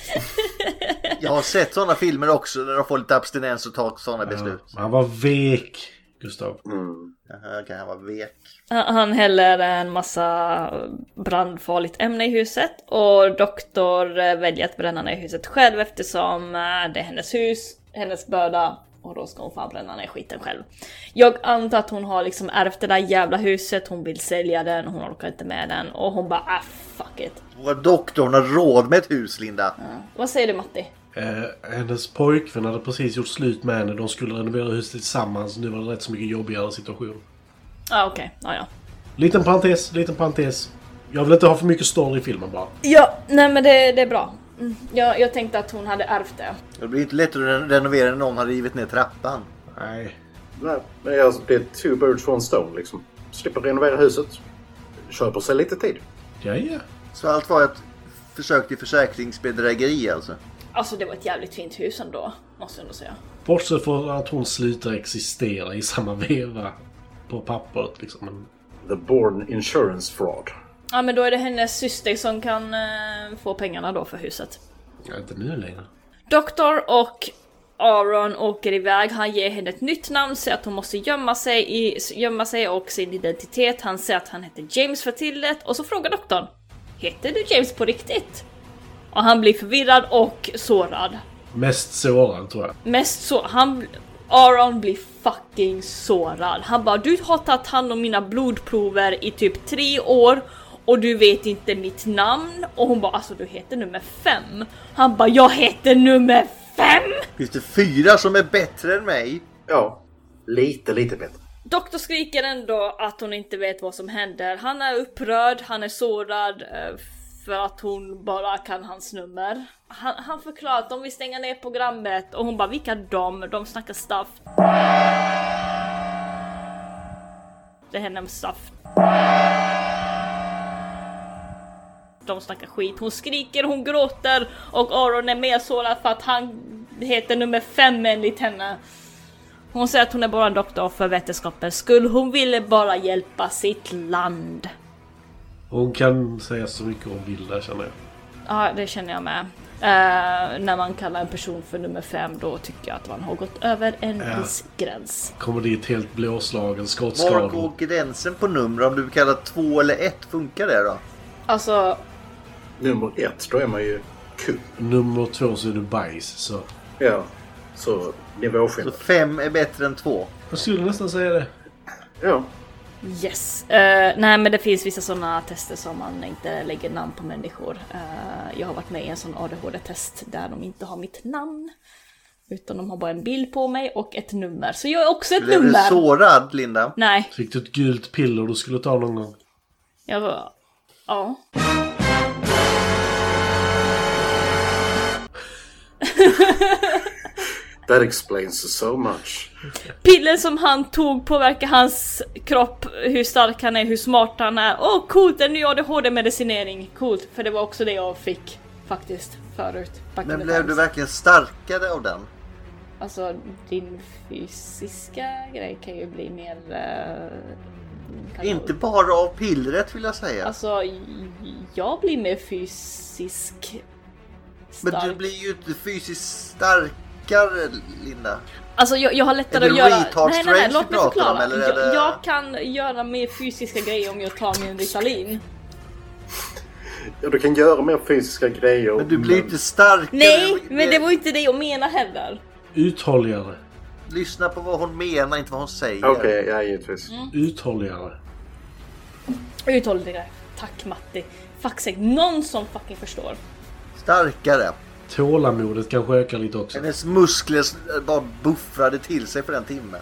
Jag har sett sådana filmer också där de får lite abstinens och tar sådana beslut. Ja, han var vek, Gustav. Mm. Jaha, okay, han var vek. Han häller en massa brandfarligt ämne i huset. Och doktor väljer att bränna ner huset själv eftersom det är hennes hus, hennes börda. Och då ska hon fan bränna ner skiten själv. Jag antar att hon har liksom ärvt det där jävla huset. Hon vill sälja den, hon orkar inte med den. Och hon bara, ah fuck it. Vår doktorn har råd med ett hus, Linda. Ja. Vad säger du, Matti? Eh, hennes pojkvän hade precis gjort slut med henne. De skulle renovera huset tillsammans. Nu var det rätt så mycket jobbigare situation. Ah, okej. Okay. Ah, ja. Liten parentes, liten parentes. Jag vill inte ha för mycket story i filmen bara. Ja, nej men det, det är bra. Mm. Jag, jag tänkte att hon hade ärvt det. Det blir inte lätt att renovera när någon har rivit ner trappan. Nej. Nej, det är, alltså, det är two birds one stone liksom. Slipper renovera huset. Köper sig lite tid. Ja, ja. Så allt var ett försök till försäkringsbedrägeri alltså? Alltså det var ett jävligt fint hus ändå, måste jag ändå säga. Bortsett från att hon slutar existera i samma veva på pappret liksom. Men... The Born Insurance Fraud. Ja, men då är det hennes syster som kan eh, få pengarna då för huset. Ja, inte nu längre. Doktor och Aaron åker iväg. Han ger henne ett nytt namn, säger att hon måste gömma sig, i, gömma sig och sin identitet. Han säger att han heter James för tillfället. Och så frågar doktorn: heter du James på riktigt? Och han blir förvirrad och sårad. Mest sårad tror jag. Mest så han Aaron blir fucking sårad. Han bara, du har tagit hand om mina blodprover i typ tre år och du vet inte mitt namn. Och hon bara, alltså du heter nummer fem. Han bara, jag heter nummer fem. Finns det fyra som är bättre än mig? Ja, lite, lite bättre. Doktor skriker ändå att hon inte vet vad som händer. Han är upprörd, han är sårad för att hon bara kan hans nummer. Han, han förklarar att de vill stänga ner programmet och hon bara, vilka de? De snackar stuff. Det händer med stuff. De snackar skit. Hon skriker, hon gråter och Aaron är mer sårad för att han heter nummer fem enligt henne. Hon säger att hon är bara en doktor för vetenskapens skull. Hon ville bara hjälpa sitt land. Hon kan säga så mycket hon vill där, känner jag. Ja, det känner jag med. Uh, när man kallar en person för nummer fem, då tycker jag att man har gått över en ja. viss gräns. Kommer dit helt blåslagen, skottskador. Var går gränsen på nummer? Om du kallar två eller ett, funkar det då? Alltså... Nummer ett, då är man ju kul. Nummer två så är du bajs, så... Ja, så nivåskillnad. Så fem är bättre än två? Jag skulle nästan säga det. Ja. Yes. Uh, nej, men det finns vissa sådana tester som man inte lägger namn på människor. Uh, jag har varit med i en sån A D H D-test där de inte har mitt namn. Utan de har bara en bild på mig och ett nummer. Så jag är också ett Blev nummer. Blev du sårad, Linda? Nej. Fick du ett gult piller du skulle ta någon gång? Jag var... Ja. That explains so much. Piller som han tog påverkar hans kropp, hur stark han är, hur smart han är. Åh, oh, coolt, en ny A D H D-medicinering. Coolt, för det var också det jag fick faktiskt förut. Men blev du verkligen starkare av den? Alltså din fysiska grej kan ju bli mer... Uh, Inte bara av pillret vill jag säga. Alltså jag blir mer fysisk stark. Men du blir ju inte fysiskt starkare, Linda. Alltså jag, jag har lättare är att göra... Nej, nej, nej, låt mig förklara. Om, eller jag, det... jag kan göra mer fysiska grejer om jag tar min Ritalin. Ja, du kan göra mer fysiska grejer. Men du blir men... inte starkare. Nej, men det var inte det jag menar heller. Uthålligare. Lyssna på vad hon menar, inte vad hon säger. Okej, okay, ja, givetvis. Mm. Uthålligare. Uthålligare. Tack, Matti. Fuck sake, någon som fucking förstår. Starkare. Tålamodet kanske ökar lite också. Hennes muskler bara buffrade till sig för den timmen.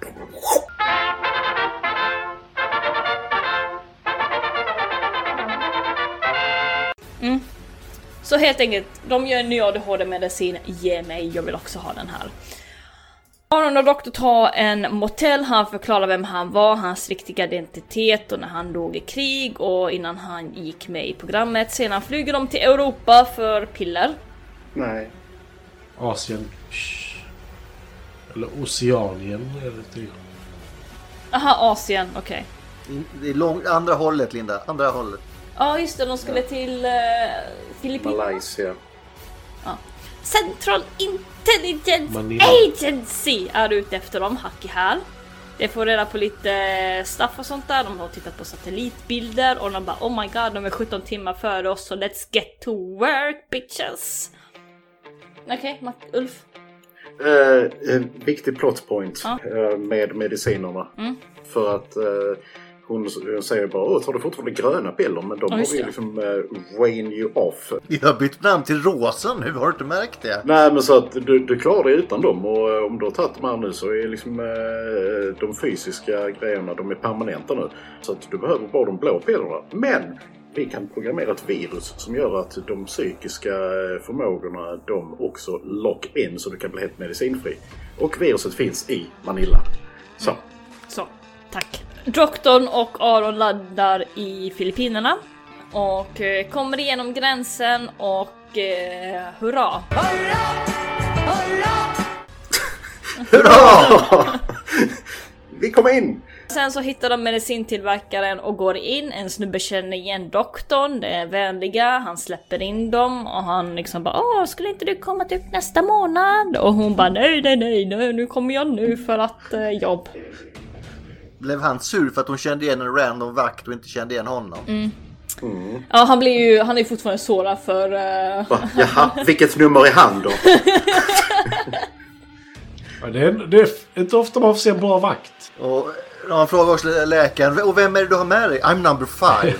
Mm. Så helt enkelt, de gör en ny A D H D-medicin. Ge mig, jag vill också ha den här. Aron och doktor tar en motell, han förklarar vem han var, hans riktiga identitet och när han dog i krig och innan han gick med i programmet. Sedan flyger de till Europa för piller. Nej. Asien. Shh. Eller Oceanien är det typ. Aha, Asien, okej. Okay. Det är långt, andra hållet, Linda, andra hållet. Ja, just det, de skulle ja. till uh, Filippinerna. Malaysia. Ja. Central Intelligence Manila. Agency är ute efter dem, hack i häl. De får reda på lite stuff och sånt där. De har tittat på satellitbilder och de bara, oh my god, de är sjutton timmar före oss, så let's get to work, bitches. Okej, okay, Ulf. Uh, en viktig plot point ja. uh, med medicinerna. Mm. För att uh, hon, hon säger bara, åh, tar du fortfarande gröna piller? Men de ja, har vi liksom uh, wane you off. Vi har bytt namn till rosa nu, har du inte märkt det? Nej, men så att du, du klarar dig utan dem. Och uh, om du har tagit dem här nu så är liksom uh, de fysiska grejerna, de är permanenta nu. Så att du behöver bara de blå pillerna. Men vi kan programmera ett virus som gör att de psykiska förmågorna, de också lock in så du kan bli helt medicinfri. Och viruset finns i Manila. Så. Mm. Så, tack. Doktorn och Aron laddar i Filippinerna och eh, kommer igenom gränsen och eh, hurra! Hurra! Hurra! Hurra! Vi kommer in! Sen så hittar de medicintillverkaren och går in. En snubbe känner igen doktorn, det är vänliga, han släpper in dem och han liksom bara, åh, skulle inte du komma typ nästa månad? Och hon bara, nej, nej, nej, nej, nu kommer jag nu för att eh, jobb. Blev han sur för att hon kände igen en random vakt och inte kände igen honom? Mm. Mm. Ja, han blir ju, han är fortfarande sårad för... Uh... Jaha, vilket nummer är han då? Ja, det, är, det är inte ofta man får se en bra vakt. Och han frågar också läkaren, och vem är det du har med dig? I'm number five.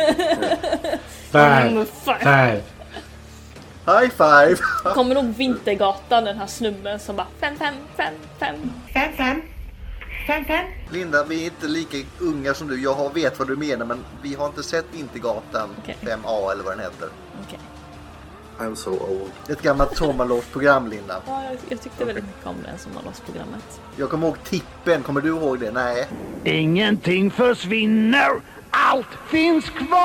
Five. Five. High five. Kommer nog Vintergatan, den här snubben som bara fem, fem, fem, fem. Fem, fem. Fem, fem. Linda, vi är inte lika unga som du. Jag har, vet vad du menar, men vi har inte sett Vintergatan okay. fem A eller vad den heter. Okay. I'm so old. Ett gammalt sommarlovsprogram, Linda. Ja, jag, jag tyckte väldigt mycket om det sommarlovsprogrammet. Jag kommer ihåg Tippen. Kommer du ihåg det? Nej. Ingenting försvinner. Allt finns kvar!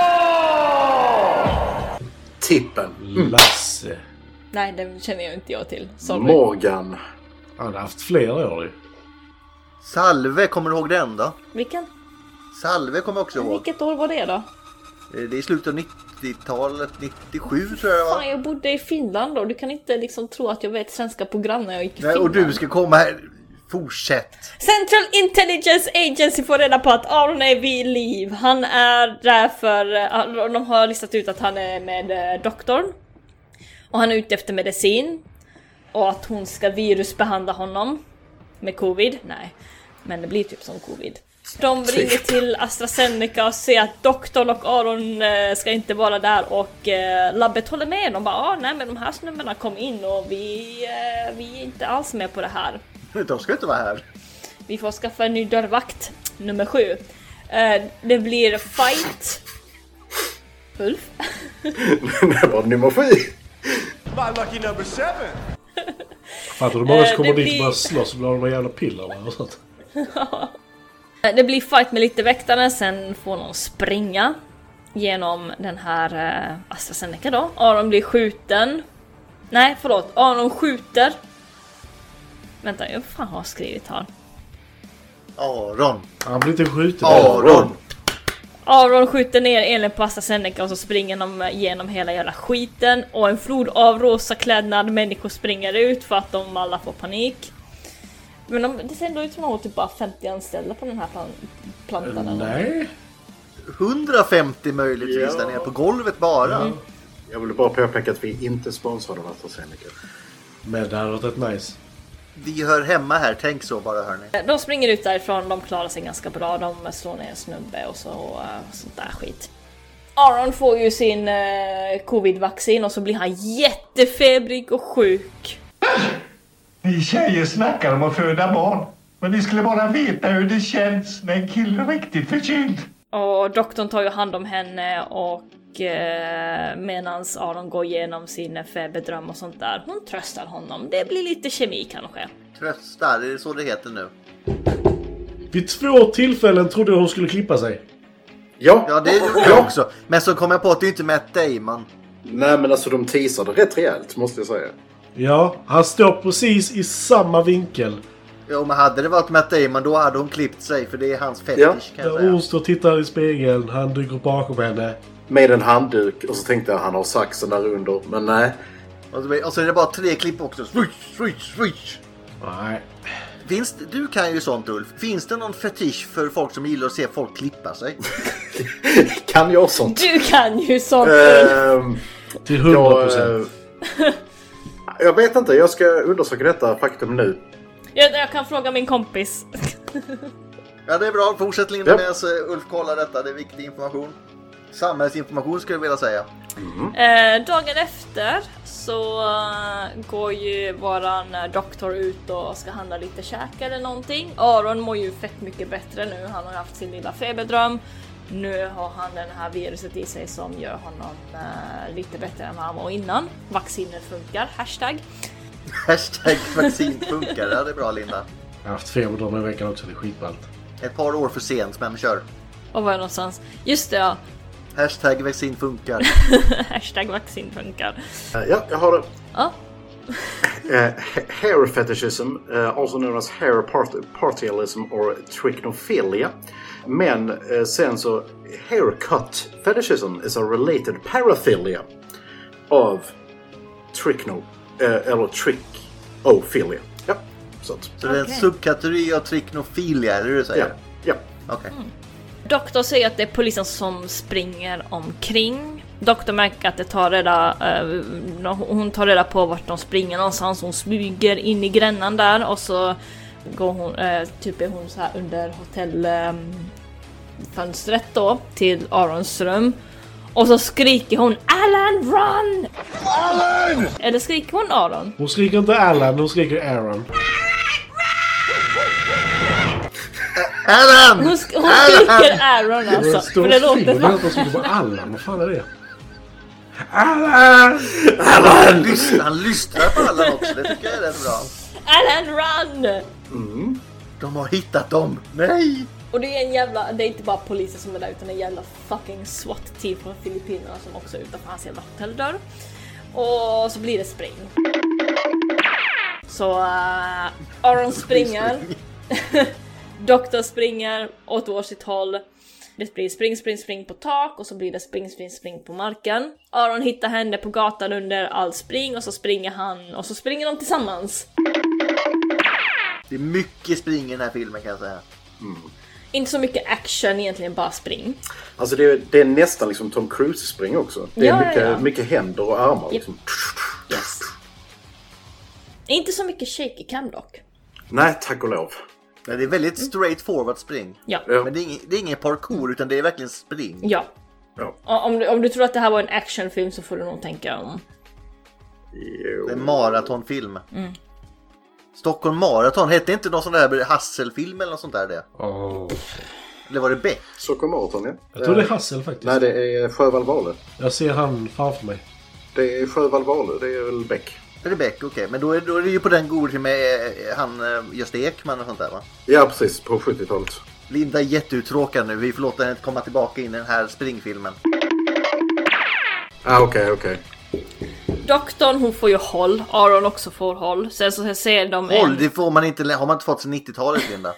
Tippen. Mm. Lasse. Nej, den känner jag inte jag till. Sorry. Morgan. Han har haft flera år. Salve, kommer du ihåg den då? Vilken? Salve kommer jag också ihåg. Vilket år var det då? Det är i slutet av nittiotalet, nittiosju tror jag det var. Fan, jag bodde i Finland då. Du kan inte liksom tro att jag vet svenska program när jag gick i Nej, Finland. och du ska komma här. Fortsätt. Central Intelligence Agency får reda på att Aron är vid liv. Han är därför... De har listat ut att han är med doktorn. Och han är ute efter medicin. Och att hon ska virusbehandla honom. Med covid. Nej. Men det blir typ som covid. De ringer till AstraZeneca och säger att doktorn och Aron eh, ska inte vara där och eh, labbet håller med. De bara, ah, nej men de här snubbarna kom in och vi, eh, vi är inte alls med på det här. De ska inte vara här. Vi får skaffa en ny dörrvakt, nummer sju. Eh, det blir fight. Ulf? Det var nummer sju. My lucky number seven. Fattar du bara så kommer eh, dit blir... och bara slåss och blir de jävla piller och sånt. Det blir fight med lite väktare, sen får någon springa genom den här eh, AstraZeneca då. Aron blir skjuten. Nej, förlåt. Aron skjuter Vänta, jag fan har skrivit här. Aron. Han blir inte skjuten. Aron. Aron skjuter ner Elin på AstraZeneca och så springer de genom hela jävla skiten. Och en flod av rosa klädnad människor springer ut för att de alla får panik. Men de, det ser ändå ut som att de har typ bara femtio anställda på den här plan, plantan. Uh, nej. hundrafemtio möjligtvis ja. där nere på golvet bara. Mm. Jag vill bara påpeka att vi inte sponsrar av AstraZeneca. Men det hade varit ett nice. Vi hör hemma här, tänk så bara hörni. De springer ut därifrån, de klarar sig ganska bra. De slår ner en snubbe och så uh, sånt där skit. Aron får ju sin uh, covid-vaccin och så blir han jättefebrig och sjuk. Ni tjejer snackar om att föda barn. Men ni skulle bara veta hur det känns när en kille är riktigt förkyld. Och doktorn tar ju hand om henne och eh, medans Aron går igenom sin feberdröm och sånt där. Hon tröstar honom. Det blir lite kemi kanske. Tröstar, är det så det heter nu? Vid två tillfällen trodde jag hon skulle klippa sig. Ja, ja det gjorde jag också. Men så kom jag på att det inte är Matt Damon. Nej, men alltså de teasade rätt rejält, måste jag säga. Ja, han står precis i samma vinkel. Ja, men hade det varit Matt Damon då hade hon klippt sig. För det är hans fetisch ja. kan jag säga. Hon står och tittar i spegeln, han dyker bakom henne. Med en handduk och så tänkte jag han har saxen där under, men nej. Och så, och så är det bara tre klipp också. Switch, switch, switch. Nej. Finns det, du kan ju sånt Ulf. Finns det någon fetisch för folk som gillar att se folk klippa sig? Kan jag sånt? Du kan ju sånt Ulf. Uh, Till hundra procent. Jag, uh, jag vet inte, jag ska undersöka detta faktum nu. Jag, jag kan fråga min kompis. Ja, det är bra. Fortsätt Linda Yep. med så Ulf kollar detta. Det är viktig information. Samhällsinformation skulle jag vilja säga. Mm. Eh, dagen efter så uh, går ju våran uh, doktor ut och ska handla lite käk eller någonting. Aron mår ju fett mycket bättre nu. Han har haft sin lilla feberdröm. Nu har han den här viruset i sig som gör honom uh, lite bättre än vad han var innan. Vacciner funkar. Hashtag. Hashtag vaccin funkar. Ja, det är bra Linda. Jag har haft feberdröm i veckan också. Det är skitballt. Ett par år för sent, men kör. Och var är någonstans? Just det, ja. Hashtag vaccin funkar. Hashtag vaccin funkar. Uh, ja, jag har det. Ja. uh, hair fetishism, uh, also known as hair part- partialism or trichophilia. Men uh, sen så haircut fetishism is a related paraphilia of trichno, uh, eller trichophilia. Ja, så, så det är en okay. subkategori av trichnofilia, eller hur du säger? Ja, ja. Okej. Okay. Mm. Doktor säger att det är polisen som springer omkring. Doktor märker att det tar reda, uh, hon tar reda på vart de springer någonstans. Hon smyger in i grännan där och så går hon, uh, typ är hon så här under hotellfönstret um, då till Arons rum. Och så skriker hon Alan run! Alan! Eller skriker hon Aron? Hon skriker inte Alan, hon skriker Aaron. Alan! Hon, sk- hon skriker Aaron alltså. För det låter fan. Hon skriker på Alan, vad fan är det? Alan! Alan! Lyst, han lystrar på Alan också, det tycker jag är rätt bra. Alan run! Mm. De har hittat dem. Nej! Och det är en jävla, det är inte bara poliser som är där utan en jävla fucking SWAT-team från Filippinerna som också är utanför hans jävla hotelldörr. Och så blir det spring. Så uh, Aron springer. Doktor springer åt varsitt håll. Det blir spring, spring, spring på tak och så blir det spring, spring, spring på marken. Aron hittar henne på gatan under all spring och så springer han och så springer de tillsammans. Det är mycket spring i den här filmen kan jag säga. Mm. Inte så mycket action, egentligen bara spring. Alltså det är, det är nästan liksom Tom Cruise spring också. Det är ja, mycket, ja, ja. mycket händer och armar. Yep. Liksom. Yes. Inte så mycket shaky cam dock. Nej, tack och lov. Men det är väldigt straight forward spring. Ja. Men det är, ingen, det är ingen parkour utan det är verkligen spring. Ja. Ja. Om du, om du tror att det här var en actionfilm så får du nog tänka om. Jo. Det är en maratonfilm. Mm. Stockholm Marathon, hette inte någon sån där Hasselfilm eller något sånt där det? Oh. Eller var det Beck? Stockholm Marathon, ja. Jag tror det är Hassel faktiskt. Nej, det är Sjöwall Wahlöö. Jag ser han framför mig. Det är Sjöwall Wahlöö, det är väl Beck. Är det Beck? Okej, okay. Men då är, då är det ju på den goda med eh, han eh, Gösta Ekman och sånt där va? Ja, precis. På sjuttiotalet. Linda är jätteuttråkad nu. Vi får låta henne komma tillbaka in i den här springfilmen. Ah, okej, okay, okej. Okay. doktorn hon får ju håll, Aaron också får håll. Sen så ser de Håll, en... det får man inte, har man inte fått sedan nittiotalet, Linda.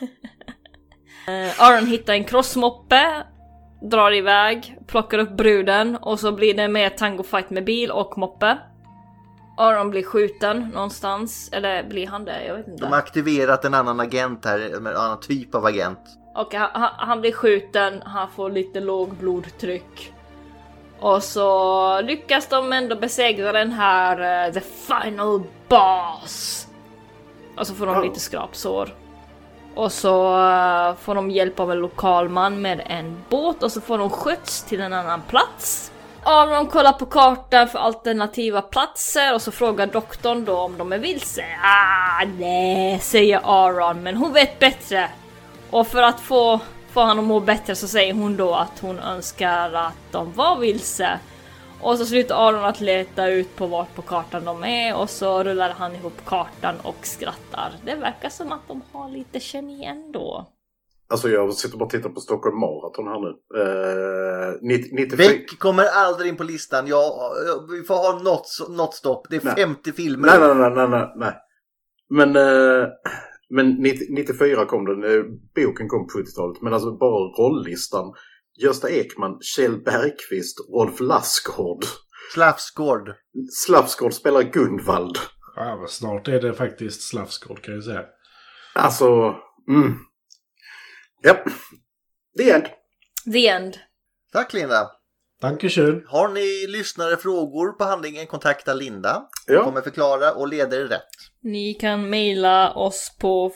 uh, Aaron hittar en crossmoppe, drar iväg, plockar upp bruden och så blir det mer tangofight med bil och moppe. Aaron blir skjuten någonstans, eller blir han det? Jag vet inte. De har aktiverat en annan agent här, en annan typ av agent. Och han, han blir skjuten, han får lite låg blodtryck. Och så lyckas de ändå besegra den här uh, The Final Boss. Och så får de lite skrapsår. Och så uh, får de hjälp av en lokal man med en båt. Och så får de skjuts till en annan plats. Aaron kollar på kartan för alternativa platser. Och så frågar doktorn då om de är vilse. Ah, nej, säger Aaron. Men hon vet bättre. Och för att få, få han att må bättre så säger hon då att hon önskar att de var vilse. Och så slutar Aaron att leta ut på vart på kartan de är. Och så rullar han ihop kartan och skrattar. Det verkar som att de har lite kemi ändå. Alltså jag sitter bara och tittar på Stockholm Marathon här nu. Uh, nittiofyra Beck kommer aldrig in på listan. Ja, vi får ha något, något stopp. Det är nej. femtio filmer. Nej, nej, nej, nej, nej. nej. Men... Uh... Men nittiofyra kom den, boken kom på sjuttiotalet, men alltså bara rolllistan. Gösta Ekman, Kjell Bergqvist, Rolf Lassgård. Slafsgård. Slafsgård spelar Gunvald. Ja, men snart är det faktiskt Slafsgård kan jag säga. Alltså, mm. Japp. The end. The end. Tack Linda. Tackskön. Har ni lyssnare frågor på handlingen, kontakta Linda. Hon ja. kommer förklara och leder er rätt. Ni kan mejla oss på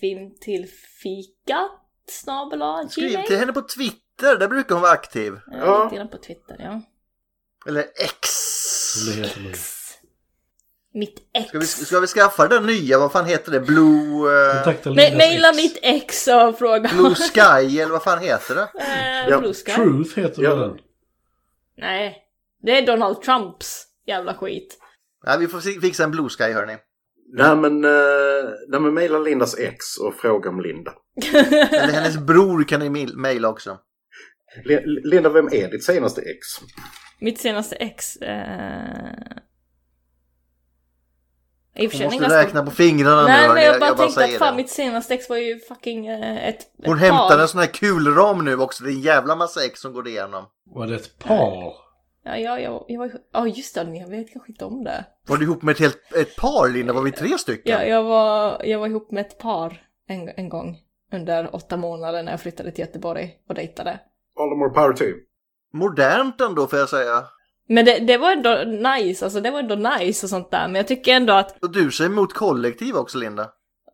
filmtillfika snabel-a Skriv till henne på Twitter, där brukar hon vara aktiv. Ja, ja. Lite grann på Twitter, ja. Eller X. X. Mitt X. Ska vi, ska vi skaffa den nya, vad fan heter det? Blue... Uh... Maila mitt X och fråga. Blue Sky, eller vad fan heter det? Uh, ja, Blue Sky. Truth heter ja. den. Nej, det är Donald Trumps jävla skit. Nej, vi får fixa en Blue Sky, hörni. Nej, men, uh, nej, men mejla Lindas ex och fråga om Linda. Eller hennes bror kan ni mejla också. Linda, vem är ditt senaste ex? Mitt senaste ex... Uh... Hon måste ganska... räkna på fingrarna. Nej, nu. men jag, jag bara jag tänkte bara att fan, det. mitt senaste ex var ju fucking uh, ett, ett Hon par. hämtar en sån här kulram nu också. Det är en jävla massa ex som går igenom. Var det ett par? Ja, ja, jag, jag var... Ja, oh, just det. Jag vet kanske inte om det. Var du ihop med ett, helt, ett par, Linda? Var vi tre stycken? Ja, jag var, jag var ihop med ett par en, en gång. Under åtta månader när jag flyttade till Göteborg och dejtade. All the more power to you. Modernt ändå, får jag säga. Men det, det var ändå nice, alltså det var ändå nice och sånt där. Men jag tycker ändå att... Och du säger emot kollektiv också, Linda.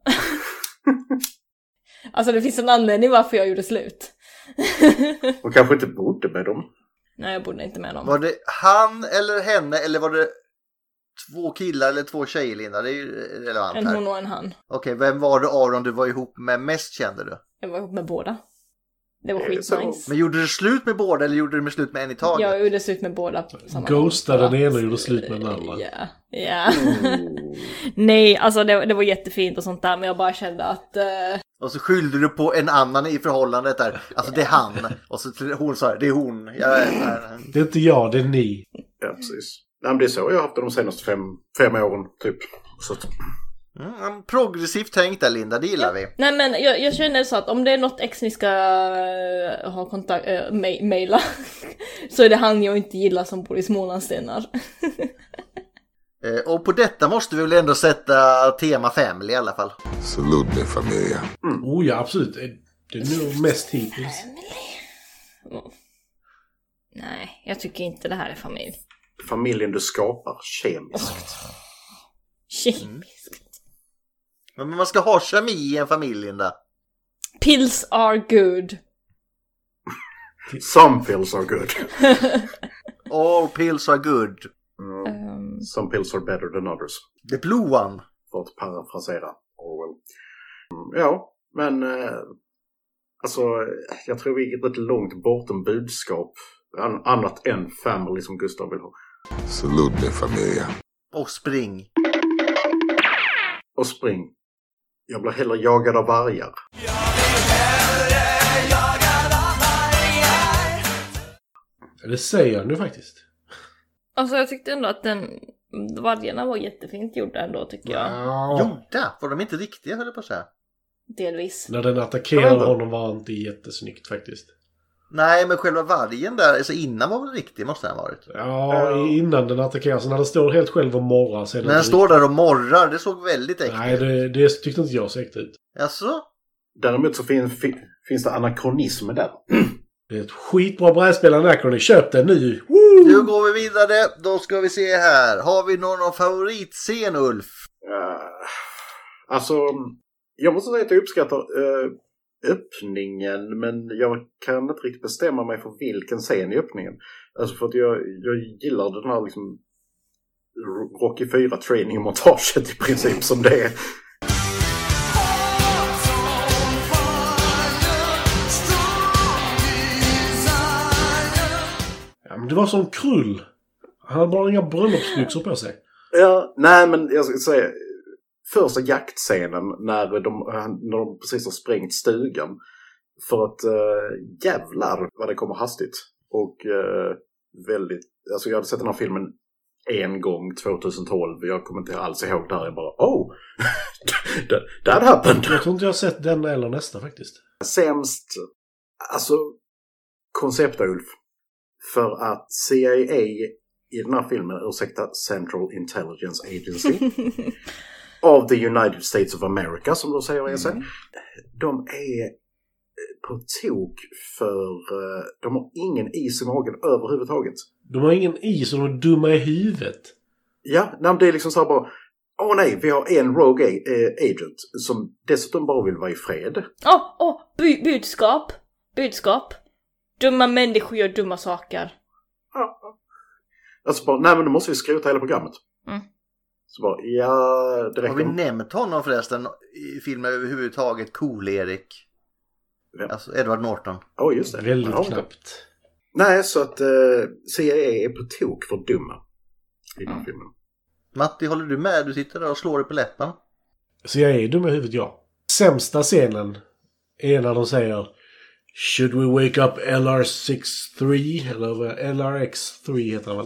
Alltså det finns en anledning varför jag gjorde slut. Och kanske inte bodde med dem. Nej, jag bodde inte med dem. Var det han eller henne, eller var det två killar eller två tjejer, Linda? Det är ju relevant en här. hon och en han. Okej, vem var det, Aron, du var ihop med mest, kände du? Jag var ihop med båda. Det var skitnice. Men gjorde du slut med båda eller gjorde du med slut med en i taget? Jag gjorde slut med båda. Ghostade den ena och gjorde slut med den andra. Ja, ja. Nej, alltså det, det var jättefint och sånt där, men jag bara kände att... Uh... Och så skyllde du på en annan i förhållandet där. Alltså det är han. Och så hon sa det är hon. Jag, det är inte jag, det är ni. Ja, precis. Nej, men det är så jag har haft det de senaste fem, fem åren, typ. Så... Mm, progressivt tänkt där, Linda, det gillar vi. Nej, men jag, jag känner så att om det är något ex ni ska uh, ha kontakt, uh, ma- maila så är det han jag inte gillar som bor i Smålandstenar. eh, och på detta måste vi väl ändå sätta tema family i alla fall. Salute min familj. Mm. Oh ja, absolut. Det är nog mest hittills. Oh. Nej, jag tycker inte det här är familj. Familjen du skapar kemiskt. Oh. Kemiskt. Men man ska ha kemi i en familj, Linda. Pills are good. Some pills are good. All pills are good. Mm. Um. Some pills are better than others. The blue one. För att parafrasera Orwell. Mm, ja, men eh, alltså jag tror vi är ett långt bortom budskap. An- annat än family som Gustav vill ha. Salute min familj. Och spring. Och spring. Jag blir hellre jagad av vargar. Det säger han nu faktiskt. Alltså jag tyckte ändå att den Vargarna var jättefint gjorda ändå tycker jag. Ja. Gjorda? Var de inte riktiga, höll jag på att säga? Delvis. När den attackerade honom var inte jättesnyggt faktiskt. Nej, men själva vargen där, alltså innan var väl riktig, måste den ha varit. Ja, innan den attackerar. Så när den står helt själv och morrar. Så när den står där och morrar, det såg väldigt äckligt ut. Nej, det, det tyckte inte jag så äkta ut. Jaså? Däremot så fin, fin, finns det anakronismer där. Det är ett skitbra brädspel Anachrony. Köp det nu! Woo! Nu går vi vidare. Då ska vi se här. Har vi någon favoritscen, Ulf? Uh, alltså, jag måste säga att jag uppskattar uh, öppningen. Men jag kan inte riktigt bestämma mig för vilken scen i öppningen. Alltså för att jag, jag gillar den här liksom Rocky fyra training-montaget i princip som det är. Men det var som Krull. Han hade bara inga bröllopsbyxor på sig. Ja, nej men jag ska säga första jaktscenen när de, när de precis har sprängt stugan. För att äh, jävlar vad det kommer hastigt. Och äh, väldigt, alltså jag hade sett den här filmen en gång tjugohundratolv. Jag kommer inte alls ihåg där. Jag bara, oh, that, that happened. Jag tror inte jag har sett den eller nästa faktiskt. Sämst, alltså koncept-Ulf. För att C I A i den här filmen, ursäkta, Central Intelligence Agency of the United States of America, som de säger i sig. Mm. De är på tok för de har ingen is i magen överhuvudtaget. De har ingen is och de är dumma i huvudet. Ja, nej, det är liksom så här bara, åh nej, vi har en rogue a- agent som dessutom bara vill vara i fred. Åh, oh, oh, bu- budskap. Budskap. Dumma människor gör dumma saker. Ja. Alltså bara, nej men då måste vi skrota hela programmet. Mm. Så bara, ja, det räcker. Har vi nämnt honom förresten i filmen överhuvudtaget? Cool-Erik. Ja. Alltså Edward Norton. Ja, oh, just det. Väldigt ja, knappt. Nej, så att uh, C I A är på tok för dumma i den mm. filmen. Matti, håller du med? Du sitter där och slår dig på läppen. C I A är dum i huvudet, ja. Sämsta scenen är när de säger Should we wake up L R sextiotre? Eller L R X tre heter han väl.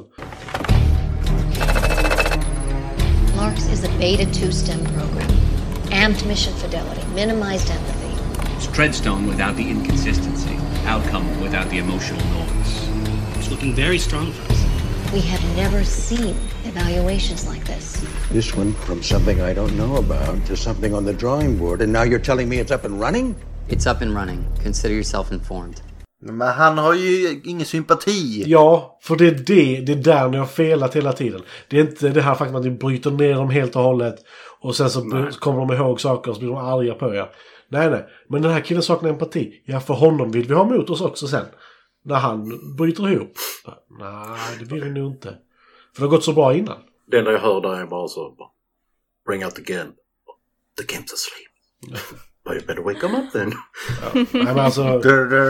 L R X is a beta two-stem program. Amped mission fidelity, minimized empathy. It's Treadstone without the inconsistency. Outcome without the emotional noise. It's looking very strong for us. We have never seen evaluations like this. This went from something I don't know about to something on the drawing board, and now you're telling me it's up and running? It's up and running. Consider yourself informed. Men han har ju ingen sympati. Ja, för det är det, det är där ni har felat hela tiden. Det är inte det här faktum att ni bryter ner dem helt och hållet och sen så nej. kommer de ihåg saker och så blir de arga på er. Nej, nej. Men den här killen saknar empati. Ja, för honom vill vi ha mot oss också sen. När han bryter ihop. Nej, det vill vi nog inte. För det har gått så bra innan. Det enda jag hör där är bara så bring out the gun. The game's asleep. But you better wake them up then. Ja. Nej, men alltså...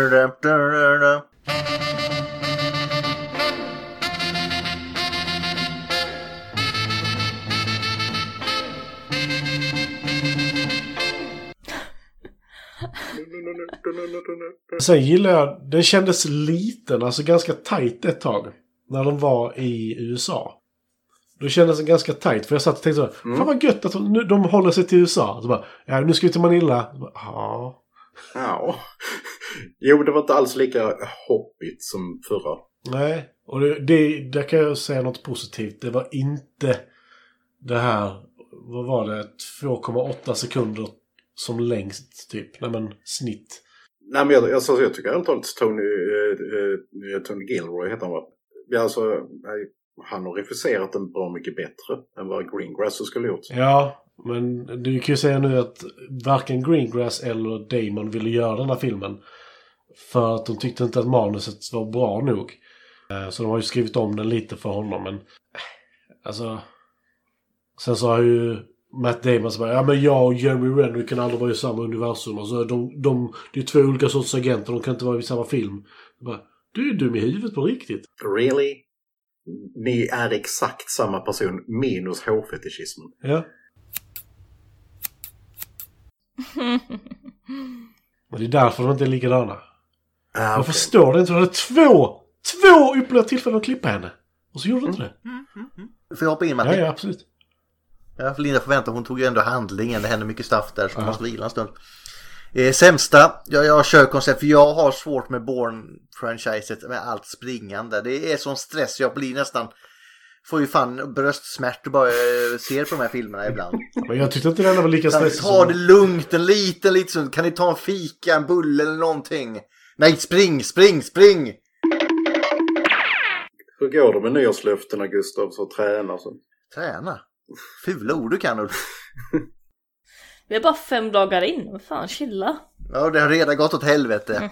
Sen gillar jag, den kändes liten, alltså ganska tajt ett tag. När de var i U S A. Då kändes den ganska tajt. För jag satt och tänkte så, mm. fan vad gött att de, de håller sig till U S A. Så bara, ja, nu ska vi till Manila. Ja. Ja. Jo, det var inte alls lika hoppigt som förra. Nej, och det, det, där kan jag säga något positivt. Det var inte det här, vad var det, två komma åtta sekunder som längst typ. Nej men snitt. Nej men jag, alltså, jag tycker helt enkelt Tony, äh, äh, Tony Gilroy heter han va? Ja, alltså, nej, han har regisserat den bra mycket bättre än vad Greengrass skulle gjort. Ja, men du kan ju säga nu att varken Greengrass eller Damon ville göra den här filmen. För att de tyckte inte att manuset var bra nog. Så de har ju skrivit om den lite för honom. Men alltså... Sen så har ju Matt Damon så bara, ja men jag och Jeremy Renner kan aldrig vara i samma universum. Och så de, de, det är två olika sorts agenter, de kan inte vara i samma film. Bara, du är dum i huvudet på riktigt. Really? Ni är exakt samma person minus hårfetischismen. Ja. Men det är därför de inte är likadana. Ah, jag okay. förstår det inte. Du hade två, två ypperliga tillfällen att klippa henne. Och så gjorde du inte det. Mm, mm, mm. Får jag hoppa in, Martin? Ja, ja, absolut. Ja, för Linda får vänta, hon tog ju ändå handlingen. Det händer mycket stuff där, så man måste vila en stund. Eh, sämsta, ja, jag kör koncept, för jag har svårt med Bourne-franchiset med allt springande. Det är sån stress, jag blir nästan... Får ju fan bröstsmärtor bara jag ser på de här filmerna ibland. Men jag tyckte inte den var lika stressig. Ta det lugnt, en liten, liten stund. Kan ni ta en fika, en bulle eller någonting? Nej, spring, spring, spring! Hur går det med nyårslöftena, Gustav, så träna? Så? Träna? Fula ord du kan, Ulf. Vi är bara fem dagar in, vad fan, chilla. Ja, det har redan gått åt helvete. Mm.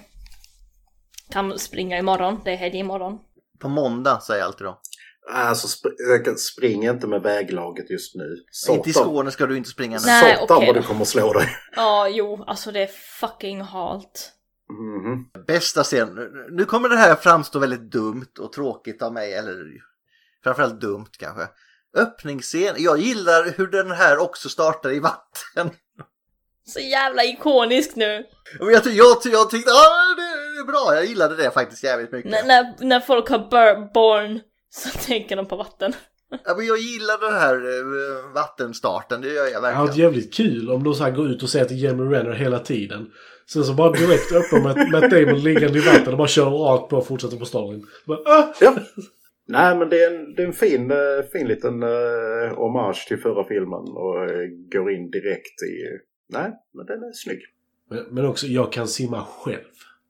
Kan springa imorgon, det är helg imorgon. På måndag, säger jag alltid då. Alltså, sp- springa inte med väglaget just nu. Satan. Inte i Skåne ska du inte springa. Nej, Satan okay, vad du kommer att slå dig. Ja, jo, alltså det är fucking halt. Mm-hmm. Bästa scen. Nu kommer det här framstå väldigt dumt och tråkigt av mig. Eller framförallt dumt kanske. Öppningsscen. Jag gillar hur den här också startar i vatten. Så jävla ikonisk nu. Jag, jag, jag, jag tyckte ah, det är bra. Jag gillade det faktiskt jävligt mycket. N- när, när folk har bur- born så tänker de på vatten. Ja, men jag gillar den här uh, vattenstarten. Det gör jag verkligen. Det är jävligt kul om de så här går ut och säger till Jeremy Renner hela tiden. Sen så bara direkt öppnar med Matt Damon liggande i vatten och bara kör rakt på och fortsätter på storyn. Bara, ah! Ja. Nej, men det är en, det är en fin, fin liten uh, hommage till förra filmen och uh, går in direkt i... Nej, men den är snygg. Men, men också, jag kan simma själv.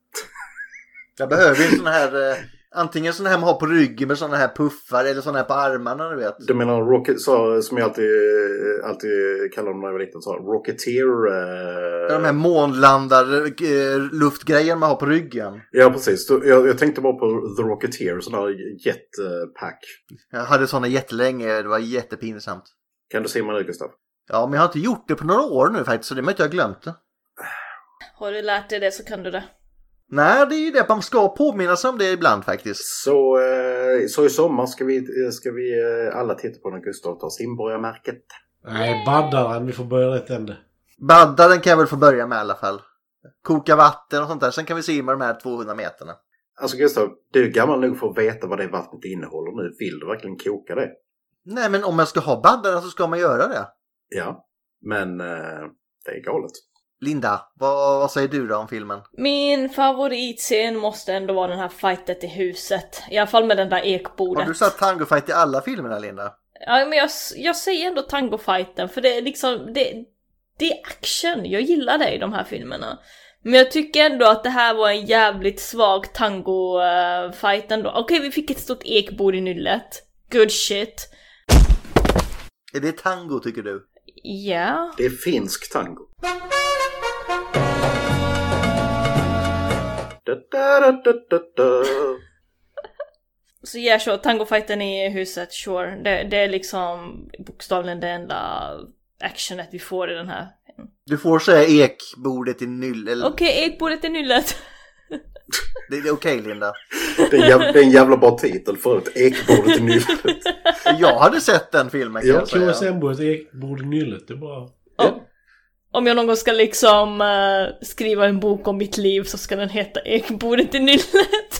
Jag behöver ju sån här... Uh, antingen sån här man har på ryggen med såna här puffar eller såna här på armarna, du vet. Du menar rocket, så, som jag alltid, alltid kallar dem när jag var liten, så Rocketeer... Uh... De här månlandar uh, luftgrejen man har på ryggen. Ja, precis. Jag, jag tänkte bara på The Rocketeer, sån där jetpack. Jag hade såna jättelänge, det var jättepinsamt. Kan du simma nu, Gustav? Ja, men jag har inte gjort det på några år nu faktiskt, så det måste jag ha glömt det. Har du lärt dig det så kan du det. Nej, det är ju det. Man ska påminna sig om det ibland faktiskt. Så, eh, så i sommar ska vi, ska vi eh, alla titta på när Gustav tar simborgarmärket. Nej, baddaren. Vi får börja rätt ände. Baddaren kan jag väl få börja med i alla fall. Koka vatten och sånt där. Sen kan vi simma de här tvåhundra meterna. Alltså Gustav, du är gammal nog för att veta vad det vattnet innehåller nu. Vill du verkligen koka det? Nej, men om man ska ha baddaren så ska man göra det. Ja, men eh, det är galet. Linda, vad, vad säger du då om filmen? Min favoritscen måste ändå vara den här fightet i huset. I alla fall med den där ekbordet. Har du satt tangofight i alla filmerna, Linda? Ja, men jag, jag säger ändå tangofighten. För det är liksom, det, det är action. Jag gillar det i de här filmerna. Men jag tycker ändå att det här var en jävligt svag tangofight ändå. Okej, vi fick ett stort ekbord i nyllet. Good shit. Är det tango, tycker du? Ja. Det är finsk tango. Da, da, da, da, da. Så ja, sure, tangofighten i huset, sure. Det, det är liksom bokstavligen det enda actionet vi får i den här. Du får säga ekbordet i nyllet. Okej, okay, ekbordet i nyllet. Det, det är okej, okay, Linda. Det är, jävla, det är en jävla bra titel för ett ekbordet i nyllet. Jag hade sett den filmen, kan ja, jag säga. K S M-bordet, ekbord i nyllet, det är bra. Ja. Om jag någon gång ska liksom uh, skriva en bok om mitt liv så ska den heta Ekbordet i nyllet.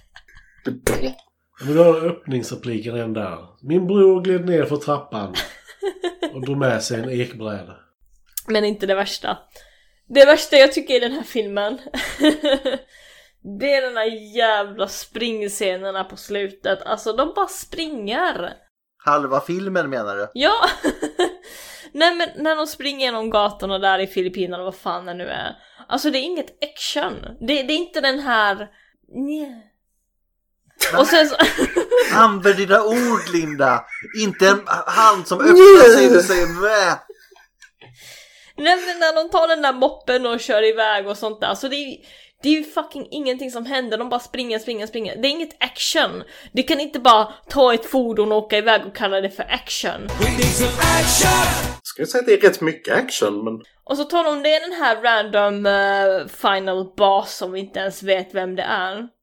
Men då har öppningsrepliken den där. Min bror gled ner för trappan och drog med sig en ekbräda. Men inte det värsta. Det värsta jag tycker i den här filmen det är den här jävla springscenerna på slutet. Alltså de bara springer. Halva filmen menar du? Ja. Nej, men när de springer genom gatorna där i Filippinerna, vad fan det nu är. Alltså det är inget action. Det, det är inte den här... Nej. Och sen så... Använd dina ord, Linda. Inte en hand som öppnar sig och säger med. Nej, men när de tar den där moppen och kör iväg och sånt där. Alltså det är, det är ju fucking ingenting som händer. De bara springer, springer, springer. Det är inget action. Det kan inte bara ta ett fordon och åka iväg och kalla det för action. Ska jag säga att det är rätt mycket action, men... Och så tar de det den här random uh, final boss som vi inte ens vet vem det är.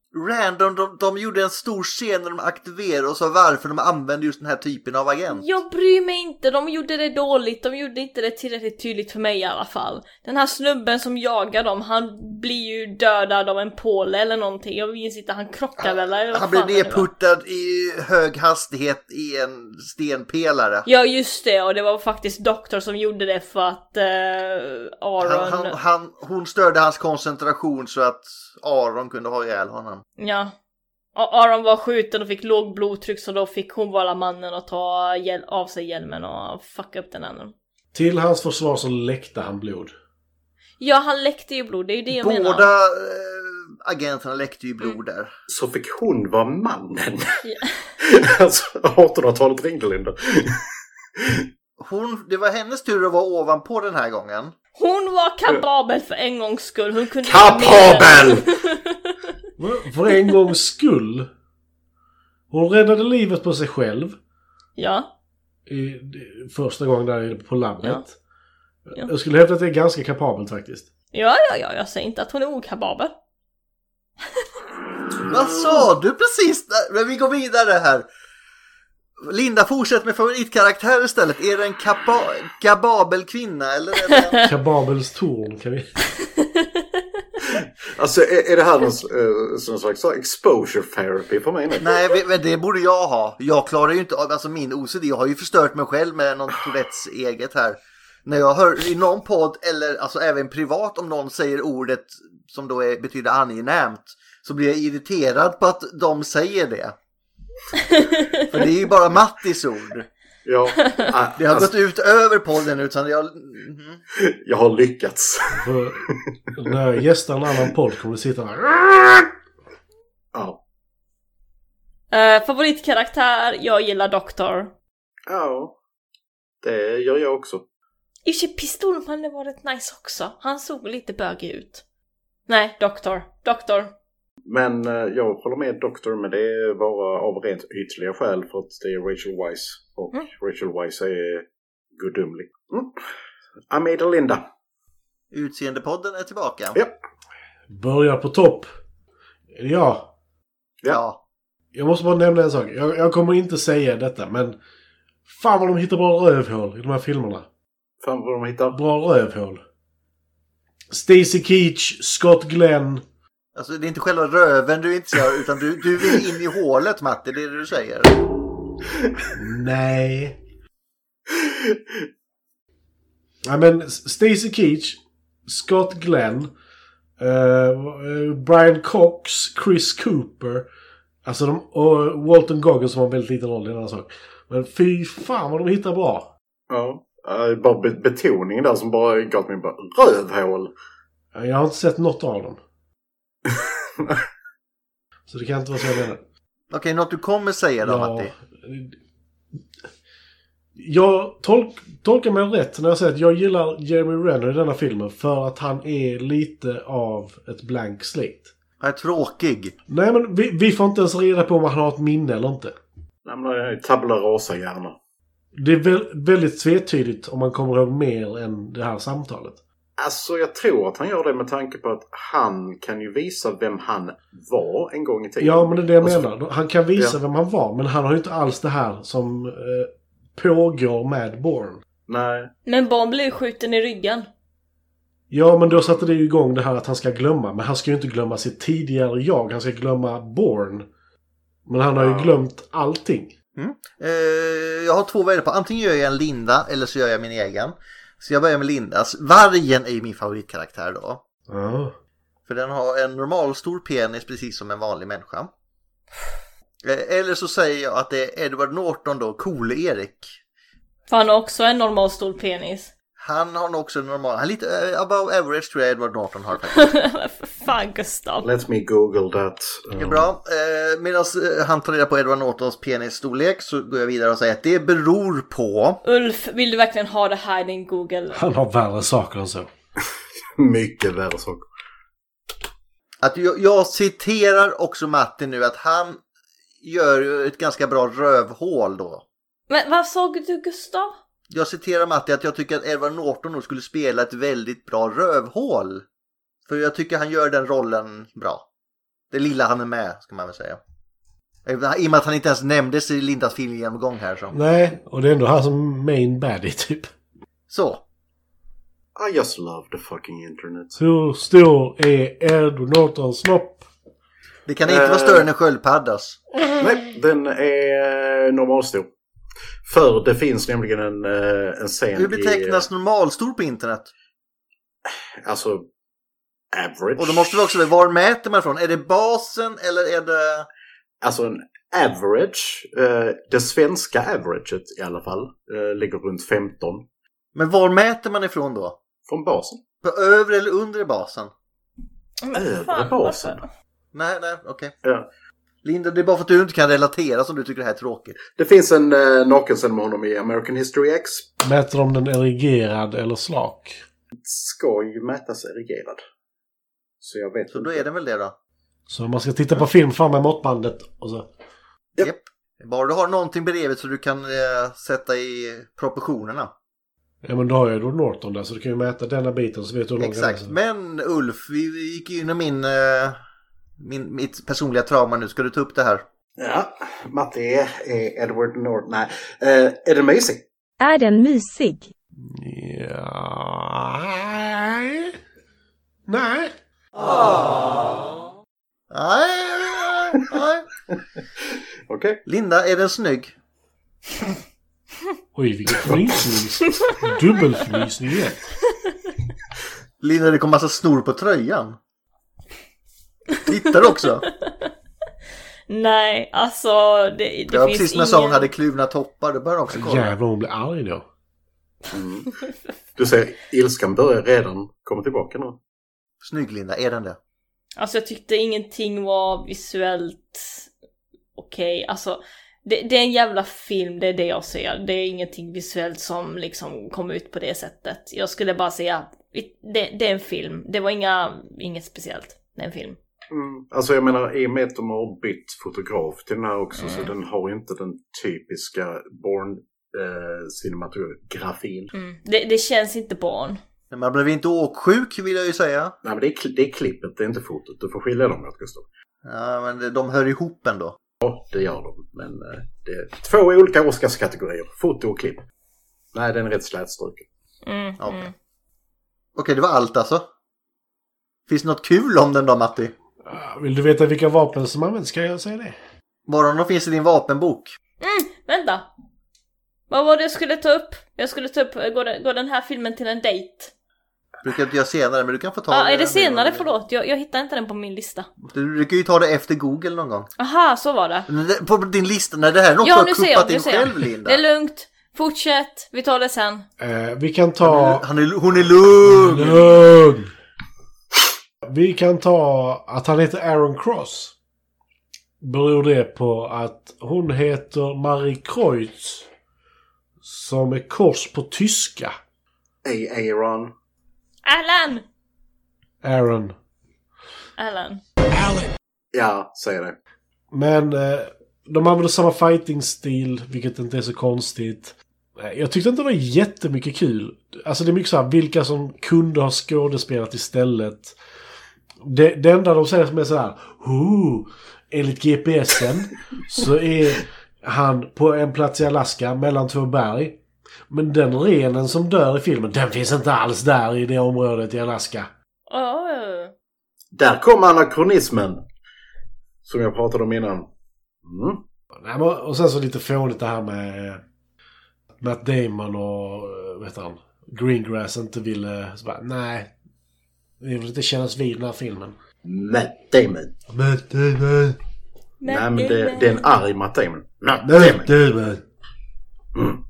random. De, de gjorde en stor scen när de aktiverade och sa varför de använde just den här typen av agent. Jag bryr mig inte, de gjorde det dåligt. De gjorde inte det tillräckligt tydligt för mig i alla fall. Den här snubben som jagar dem, han blir ju dödad av en påle eller någonting. Jag minns inte, han krockar väl eller vad Han blir fan är det, va? nedputtad i hög hastighet i en stenpelare. Ja just det, och det var faktiskt doktor som gjorde det för att uh, Aaron... Han, han, han, hon störde hans koncentration så att Aaron kunde ha ihjäl honom. Ja. Och Aaron var skjuten och fick låg blodtryck, så då fick hon vara mannen och ta hjäl- av sig hjälmen och fucka upp den andra. Till hans försvar så läckte han blod. Ja, han läckte ju blod, det är ju det jag Båda menar. Båda äh, agenterna läckte ju blod där. Mm. Så fick hon vara mannen? Ja. Alltså, artonhundratalet ringde Linda. Hon, det var hennes tur att vara ovanpå den här gången. Hon var kapabel för en gångs skull. Hon kunde kapabel! För en gångs skull. Hon räddade livet på sig själv. Ja. I, första gången där på labbet. Ja. Ja. Jag skulle hävda att det är ganska kapabelt faktiskt. Ja, ja, ja. Jag säger inte att hon är okapabel. Vad sa du precis? Men vi går vidare här. Linda, fortsätt med favoritkaraktär istället. Är det en kapa- kababel kvinna eller är det en... Kababels torn kan vi... Alltså är, är det här någon sån slags exposure therapy för mig nu? Nej, men det borde jag ha. Jag klarar ju inte av, alltså min O C D har ju förstört mig själv med någon Tourettes eget här. När jag hör i någon podd eller alltså även privat om någon säger ordet som då är, betyder angenämt, så blir jag irriterad på att de säger det. För det är ju bara Mattis ord. Ja, det har alltså, gått ut över podden utan jag... Mm. Jag har lyckats. För när jag gästar en annan podd kommer du sitta här. Ja. Uh, favoritkaraktär, jag gillar Doktor. Ja, det gör jag också. I och för sig pistolmannen var rätt nice också. Han såg lite bögig ut. Nej, Doktor. Doktor. Men uh, jag håller med Doktor, men det är bara av rent ytliga skäl för att det är Rachel Weisz. Och mm. Rachel Weisz är gudomlig. Mm. Amida Linda. Utseendepodden är tillbaka. Ja. Börjar på topp. Ja. Ja. Jag måste bara nämna en sak. Jag, jag kommer inte säga detta, men fan vad de hittar bra rövhål i de här filmerna. Fan vad de hittar? Bra rövhål. Stacy Keach, Scott Glenn. Alltså det är inte själva röven du inte ser, utan du, du vill in i hålet, Matti, det är det du säger. Nej. Ja, men Stacy Keach, Scott Glenn, uh, Brian Cox, Chris Cooper, alltså de, och Walton Goggins som har en väldigt liten roll i den här sak. Men fy fan vad de hittar bra. Ja, uh, bara be- betoningen där som bara gav mig bara rövhål. Jag har inte sett något av dem. Så det kan inte vara så jag menar. Okej, något du kommer säga då, ja, Matti? Jag tolk, tolkar mig rätt när jag säger att jag gillar Jeremy Renner i denna filmen för att han är lite av ett blank slate. Han är tråkig. Nej, men vi, vi får inte ens reda på om han har ett minne eller inte. Nej, men det är tabla rasa gärna. Det är väl, väldigt tvetydigt om man kommer ihåg mer än det här samtalet. Alltså jag tror att han gör det med tanke på att han kan ju visa vem han var en gång i tiden. Ja, men det är det jag alltså, menar. Han kan visa ja. vem han var, men han har ju inte alls det här som eh, pågår med Bourne. Nej. Men Bourne blev skjuten i ryggen. Ja, men då satte det ju igång det här att han ska glömma. Men han ska ju inte glömma sitt tidigare jag. Han ska glömma Bourne. Men han har ju ja. glömt allting. Mm. Eh, jag har två vägar på. Antingen gör jag en Linda eller så gör jag min egen. Så jag börjar med Lindas. Vargen är ju min favoritkaraktär då. Mm. För den har en normal stor penis precis som en vanlig människa. Eller så säger jag att det är Edward Norton då, Cool-Erik. För han har också en normal stor penis. Han har nog också en normal. Han är lite uh, above average tror jag Edward Norton har faktiskt. Fan Gustav. Let me google that. Det är bra. Eh, Medan uh, han tar reda på Edward Nortons penisstorlek så går jag vidare och säger att det beror på... Ulf, vill du verkligen ha det här i din Google? Han har värre saker än så. Mycket värre saker. Att jag, jag citerar också Matti nu att han gör ju ett ganska bra rövhål då. Men vad sa du Gustav? Jag citerar Matti att jag tycker att Edward Norton nog skulle spela ett väldigt bra rövhål. För jag tycker han gör den rollen bra. Det lilla han är med, ska man väl säga. I och med att han inte ens nämndes i Lindas filmgenomgång här. Så. Nej, och det är ändå han som main baddie typ. Så. I just love the fucking internet. Hur stor är Edward Nortons snopp? Det kan inte uh, vara större än en sköldpaddas. Nej, den är normalstor. För det finns nämligen en, en scen. Hur betecknas i, normalstor på internet? Alltså average. Och då måste vi också veta, var mäter man ifrån? Är det basen eller är det... Alltså en average, eh, det svenska averaget i alla fall, eh, ligger runt femton. Men var mäter man ifrån då? Från basen. På övre eller undre basen? Övre basen? Nej, nej, okej. Okay. Ja. Linda, det är bara för att du inte kan relatera som du tycker det här är tråkigt. Det finns en eh, nakenscen med honom i American History X. Mäter de den erigerad eller slak? Ska ju mätas erigerad. Så jag vet. Så då är det väl det då? Så man ska titta på film fram med måttbandet och så. Japp. Yep. Bara du har någonting bredvid så du kan eh, sätta i proportionerna. Ja, men då har jag då Norton där så du kan ju mäta denna biten så vet du hur långt. Exakt. Det är. Men Ulf, vi, vi gick in i min, eh, min mitt personliga trauma nu. Ska du ta upp det här? Ja, Matti är Edward Norton. Nej, uh, är den mysig? Är den mysig? Ja. Nej. Åh. Nej, nej. Okej. Okay. Linda, är den snygg? Oj, vilken frysning. Dubbelfrysning. Linda, det kom massa snor på tröjan. Tittar också. Nej, alltså det, det, det var finns precis när ingen... hon hade kluvna toppar. Det börjar också kolla. Jävlar, hon blir arg då. Mm. Du ser, ilskan börjar redan komma tillbaka nu. Snygg, Linda, är den det? Alltså jag tyckte ingenting var visuellt okej. Okay. Alltså det, det är en jävla film, det är det jag ser. Det är ingenting visuellt som liksom kom ut på det sättet. Jag skulle bara säga, det, det är en film. Det var inga, inget speciellt. Det är en film. Mm. Alltså jag menar, i och med att de har bytt fotograf till den här också, mm. så den har ju inte den typiska Bourne eh, cinematografin. Mm. Det, det känns inte Bourne. Man blev inte åksjuk, vill jag ju säga. Nej, men det är, det är klippet, det är inte fotot. Du får skilja dem åt, Gustav. Ja, men de hör ihop ändå. Ja, det gör de. Men eh, det är två olika Oscarskategorier. Foto och klipp. Nej, den är rätt slätstruken. Mm, Okej, okay. mm. okay, det var allt alltså. Finns det något kul om den då, Matti? Vill du veta vilka vapen som används? Ska jag säga det? Bara om de finns i din vapenbok. Mm, vänta. Vad var det jag skulle ta upp? Jag skulle ta upp, går den, går den här filmen till en dejt? Brukar inte jag senare, men du kan få ta ja, det. Är det senare? Förlåt, jag, jag hittar inte den på min lista. Du, du kan ju ta det efter Google någon gång. Aha, så var det. På din lista, när det här är något ja, du har kuppat in själv, Linda. Det är lugnt. Fortsätt, vi tar det sen. Eh, vi kan ta... Han är, hon är lugn! Lugn! Vi kan ta att han heter Aaron Cross. Beror det på att hon heter Marie Kreutz, som är kors på tyska. Ej, Aaron. Alan! Aaron. Alan. Alan. Ja, säger det. Men eh, de använder samma fighting-stil, vilket inte är så konstigt. Jag tyckte inte det var jättemycket kul. Alltså det är mycket så här, vilka som kunde ha skådespelat istället. Det, det enda de säger som är så här, oh, enligt G P S'en så är han på en plats i Alaska mellan två berg. Men den renen som dör i filmen, den finns inte alls där i det området i Alaska. Oh. Där kom anakronismen som jag pratade om innan. Mm. Och sen så lite fånigt det här med Matt Damon och vet han, Greengrass inte ville så bara, nej, vi vill inte kännas vid den här filmen. Matt Damon. Matt Damon. Nej, men det, det är en arg Matt Damon. Matt Damon. Mm.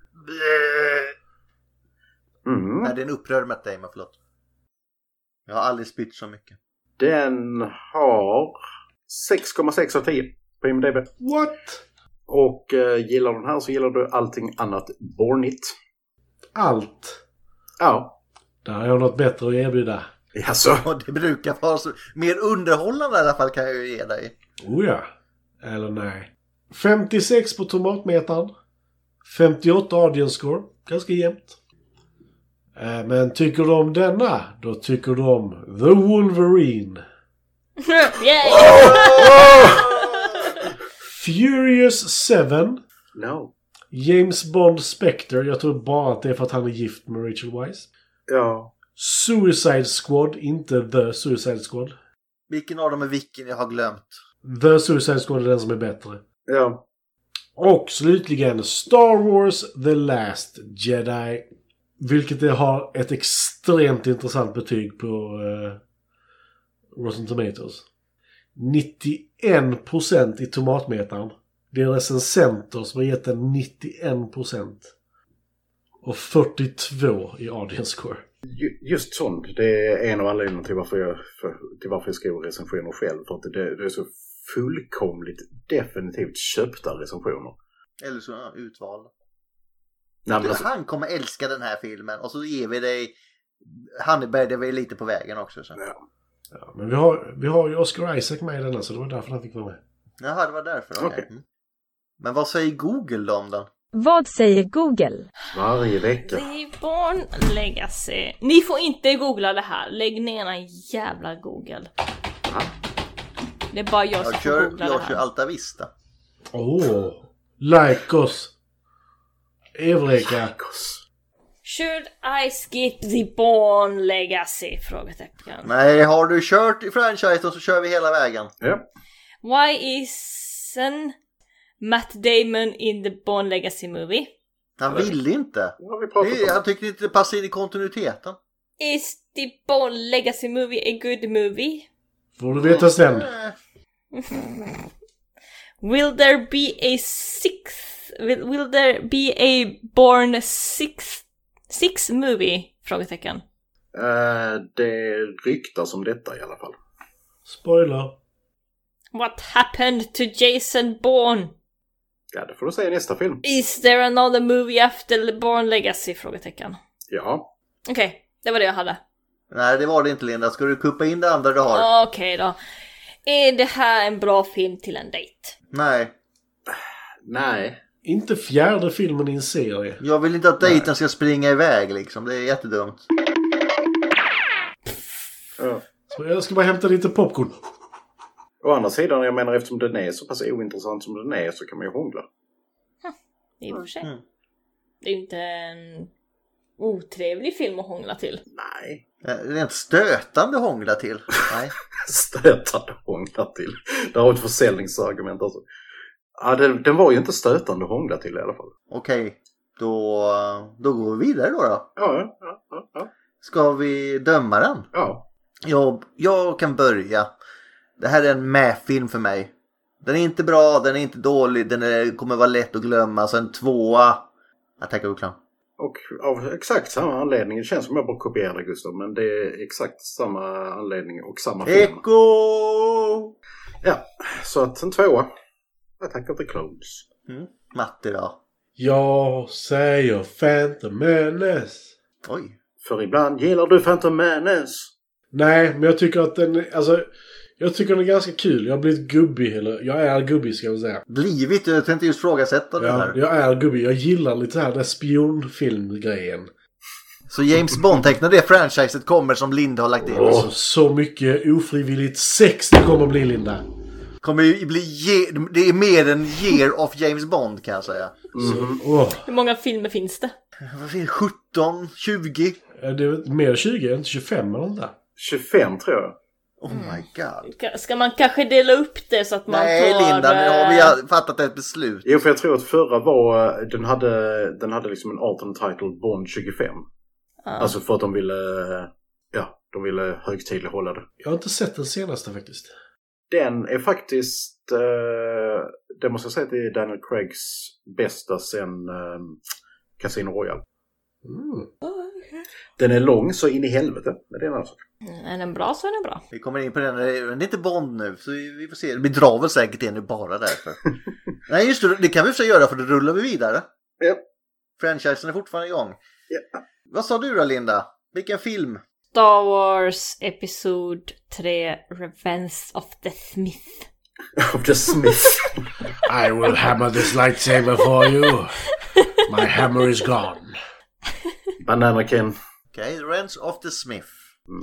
Mm. Nej, det är en upprörd Matt Damon, förlåt. Jag har aldrig spytt så mycket. Den har sex komma sex av tio på I M D B. What? Och uh, gillar den här så gillar du allting annat Bourneit. Allt? Ja. Där har jag något bättre att erbjuda. Jaså? Det brukar vara så. Mer underhållande i alla fall kan jag ju ge dig. Oh ja. Eller nej. femtiosex på tomatmetern. femtioåtta audience score. Ganska jämnt. Men tycker du om denna, då tycker du om The Wolverine. Furious Seven. No. James Bond Spectre. Jag tror bara att det är för att han är gift med Rachel Weisz. Ja. Suicide Squad, inte The Suicide Squad. Vilken av dem är vilken jag har glömt? The Suicide Squad är den som är bättre. Ja. Och slutligen Star Wars The Last Jedi. Vilket det har ett extremt intressant betyg på uh, Rotten Tomatoes. nittioen procent i tomatmetaren. Det är recensenter som har gett den nittioen procent. Och fyrtiotvå i audience score. Just sånt, det är en av anledningarna till varför jag, för, till varför jag skriver recensioner själv. För att det, det är så fullkomligt definitivt köpta recensioner. Eller så ja, utvalda. Nej, men alltså, han kommer älska den här filmen. Och så ger vi dig Hannibal, det var lite på vägen också. Så. Ja. Ja, men vi har, vi har ju Oscar Isaac med i denna, så det var därför han fick vara med. Jaha, det var därför. Okej. Okay. Mm. Men vad säger Google då om den? Vad säger Google? Varje vecka. The Bourne Legacy. Ni får inte googla det här. Lägg ner en jävla Google. Ja. Det är bara jag som jag får kör, googla jag det här. kör Alta Vista. Åh, oh, like us. Eureka. Like us. Should I skip The Bourne Legacy? Frågetecken. Nej, har du kört i franchise så kör vi hela vägen. Ja. Why isn't Matt Damon in the Bourne Legacy movie? Han ville inte. Nej, han tyckte inte det passade in i kontinuiteten. Is the Bourne Legacy movie a good movie? Får du veta sen. Will there be a sixth will, will there be a Bourne sixth six movie? Frågetecken. Uh, det ryktas om detta i alla fall. Spoiler. What happened to Jason Bourne? Ja, det får du säga i nästa film. Is there another movie after the Bourne Legacy? Frågetecken. Ja. Okej, okay, det var det jag hade. Nej, det var det inte, Linda. Ska du kuppa in det andra du har? Okej okay, då. Är det här en bra film till en dejt? Nej. Nej. Inte fjärde filmen i en serie. Jag vill inte att dejten ska springa iväg liksom. Det är jättedumt. Ja. Så jag ska bara hämta lite popcorn. Å andra sidan, jag menar, eftersom den är så pass ointressant som den är så kan man ju hångla. Hm, det är ju för sig. Mm. Det är ju inte en otrevlig film att hångla till. Nej. Det är inte stötande hångla till. Nej. Stötande hångla till. Det har ett försäljningsargument alltså. Ja, den, den var ju inte stötande hångla till i alla fall. Okej, okay. då, då går vi vidare då då. Ja, ja, ja, ja. Ska vi döma den? Ja. Jag, jag kan börja. Det här är en med-film för mig. Den är inte bra, den är inte dålig, den är, kommer vara lätt att glömma. Så en tvåa. Jag tackar Uklan. Och av exakt samma anledning. Det känns som jag bara kopierar Gustav. Men det är exakt samma anledning och samma film. Eko! Ja, så att en tvåa. Attack of the Clones. Mm. Matte då? Jag säger Phantom Menace. Oj. För ibland gillar du Phantom Menace. Nej, men jag tycker att den, alltså, jag tycker den är ganska kul. Jag har blivit gubbig, eller jag är gubbig ska jag säga. Blivit? Jag tänkte just frågasätta det ja, här. Jag är gubbig. Jag gillar lite här den spionfilmgrejen. Så James Bond tecknar det franchiset kommer som Linda har lagt in. Alltså, så mycket ofrivilligt sex det kommer bli, Linda. Kommer ju bli ge- det är mer än year of James Bond kan jag säga. Mm. Så, oh. Hur många filmer finns det? Vad finns det? sjutton, tjugo? Det är mer tjugo, inte tjugofem eller inte. tjugofem tror jag. Oh my god. Ska man kanske dela upp det så att man Nej, tar... Nej Linda, nu har vi fattat ett beslut. Jo, för jag tror att förra var, den hade, den hade liksom en alternate title Bond tjugofem. Ah. Alltså för att de ville, ja, de ville högtidlighålla det. Jag har inte sett den senaste faktiskt. Den är faktiskt, eh, det måste jag säga att det är Daniel Craigs bästa sen eh, Casino Royale. Mm. Den är lång så in i helvete, men det är en annan sak. Mm, är den bra så är den bra. Vi kommer in på den, men det är inte Bond nu, så vi får se. Det blir drar väl säkert in nu bara därför. Nej just det, det kan vi för sig göra för då rullar vi vidare. Ja. Franchisen är fortfarande igång. Ja. Vad sa du då Linda? Vilken film? Star Wars Episod tre Revenge of the Smith. Of the Smith. I will hammer this lightsaber for you. My hammer is gone. Banana Ken. Okej, okay, Revenge of the Smith. Mm.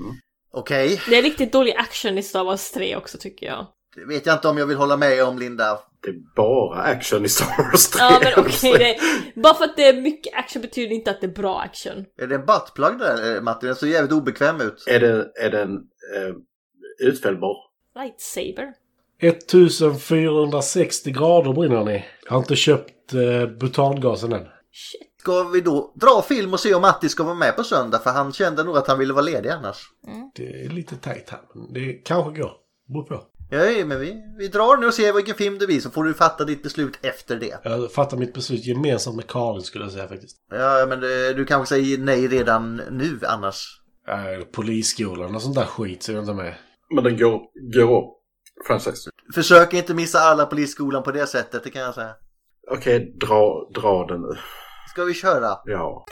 Okej. Okay. Det är riktigt dålig action i Star Wars tre också tycker jag. Det vet jag inte om jag vill hålla med om, Linda. Det är bara action i Star Wars tre. Ja, men okej. Okay, bara för att det är mycket action betyder inte att det är bra action. Är det en buttplug där, Martin? Den ser jävligt obekväm ut. Är det, är den eh, utfällbar? Lightsaber. fjortonhundrasextio grader brinner ni. Jag har inte köpt eh, butangasen än. Shit. Ska vi då dra film och se om Matti ska vara med på söndag? För han kände nog att han ville vara ledig annars. Mm. Det är lite tajt här. Men det kanske går. Bor på. Ja, men vi, vi drar nu och ser vilken film det blir. Så får du fatta ditt beslut efter det. Jag fattar mitt beslut gemensamt med Karin skulle jag säga faktiskt. Ja, men det, du kanske säger nej redan nu annars. Äh, polisskolan och sånt där skit så är jag inte med. Men den går, går upp. Franchise. Försök inte missa alla polisskolan på det sättet, det kan jag säga. Okej, okay, dra, dra den nu. Ska vi köra? Ja.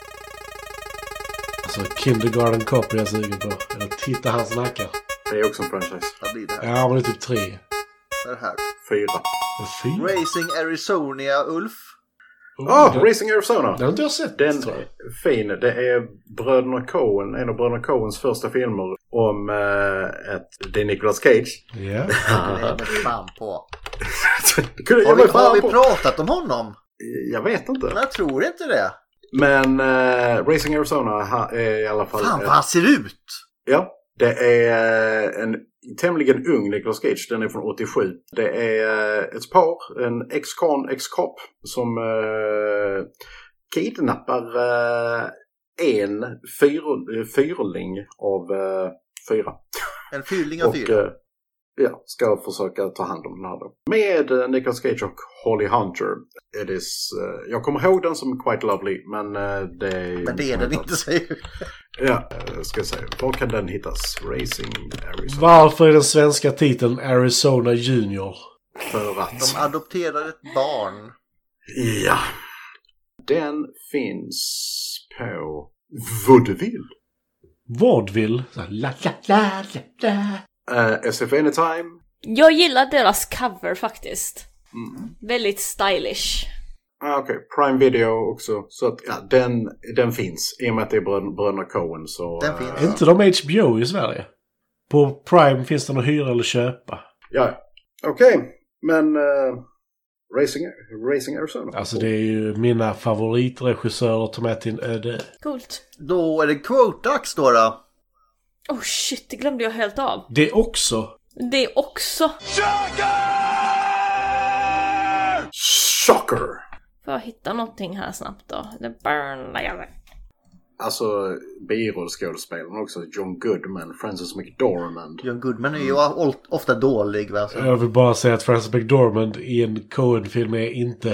Alltså Kindergarten Cop är jag sugen på. Eller Titta han snackar. Det är också en franchise. Vad blir det här? Ja, men det är typ tre. Vad är det här? Fyra. Fyra? Racing Arizona, Ulf. Ja, oh, Racing Arizona. Det har inte jag sett. Den är fin. Det är Bröderna Coen, en av Bröderna Coens första filmer om uh, ett, det är Nicolas Cage. Ja. Yeah. Det är med fan på. har vi, har vi pratat om honom? Jag vet inte. Jag tror inte det. Men uh, Racing Arizona är i alla fall... Fan vad han ser ut! Ja, det är en tämligen ung Nicolas Cage. Den är från åttiosju. Det är ett par, en ex-con, ex-cop som uh, kidnappar uh, en fyr, fyrling av uh, fyra. En fyrling av fyra? Och, uh, ja, ska försöka ta hand om den här då. Med uh, Nicolas Cage och Holly Hunter. It is, uh, jag kommer ihåg den som Quite Lovely, men uh, det är... Men det är den inte, säger du. Ja, uh, ska jag säga. Var kan den hittas? Racing Arizona. Varför är den svenska titeln Arizona Junior? För att... De adopterar ett barn. Ja. Den finns på Vaudeville. Vaudeville? La, la, la, la. Uh, S F Anytime. Jag gillar deras cover faktiskt. Mm. Väldigt stylish. Ah, Okej, okay. Prime Video också. Så att, ja, den, den finns. I och med att det är Brö- Bröderna Coen så... Den finns. Är uh, inte de H B O i Sverige? På Prime finns den att hyra eller köpa. Ja, okej. Okay. Men... Uh, Racing, Racing Arizona. Alltså det är ju mina favoritregissörer att ta med till en öde. Coolt. Då är det quote-dags då då. Oh shit, det glömde jag helt av. Det också. Det också. Shocker! Får jag hitta någonting här snabbt då? The Burn. Alltså birollskådespelaren också. John Goodman, Frances McDormand. John Goodman är ju mm. ofta dålig. Va? Jag vill bara säga att Frances McDormand i en Coen-film är inte...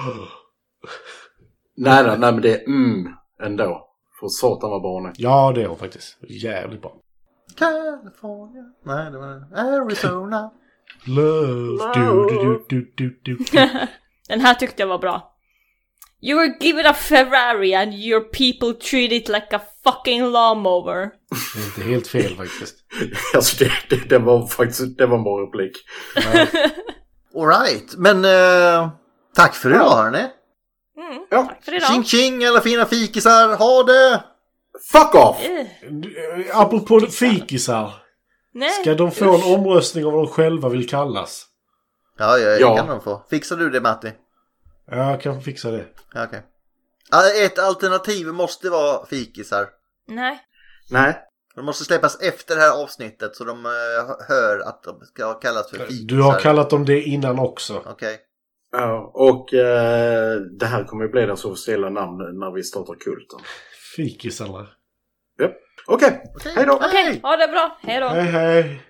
nej, nej, nej, men det är mm ändå. För satan var barnet. Ja, det är hon faktiskt. Jävligt bra. California. Nej, det var Arizona. Love. Du, du, du, du, du, du. Den här tyckte jag var bra. You were given a Ferrari and your people treat it like a fucking lawnmower. Det är inte helt fel faktiskt. Alltså det, det, det var faktiskt det var en bra replik. All right, men uh, tack för idag, hörni. Mm, ja. Tack för idag. Tjing tjing, alla fina fikisar. Ha det! Fuck off! Uh. Apropå fikisar. Nej. Ska de få en omröstning om vad de själva vill kallas? Ja, ja, ja. kan de få. Fixar du det, Matti? Ja, jag kan fixa det. Ja, okej. Okay. Ett alternativ måste vara fikisar. Nej. Nej. De måste släppas efter det här avsnittet så de uh, hör att de ska kallas för fikisar. Du har kallat dem det innan också. Okej. Okay. Ja, och uh, det här kommer ju bli deras officiella namn när vi startar kulten. Fikisarna. Ja. Okej, okay. okay. Hej då. Okej, okay. Ha det bra. Hej då. Hej, hej.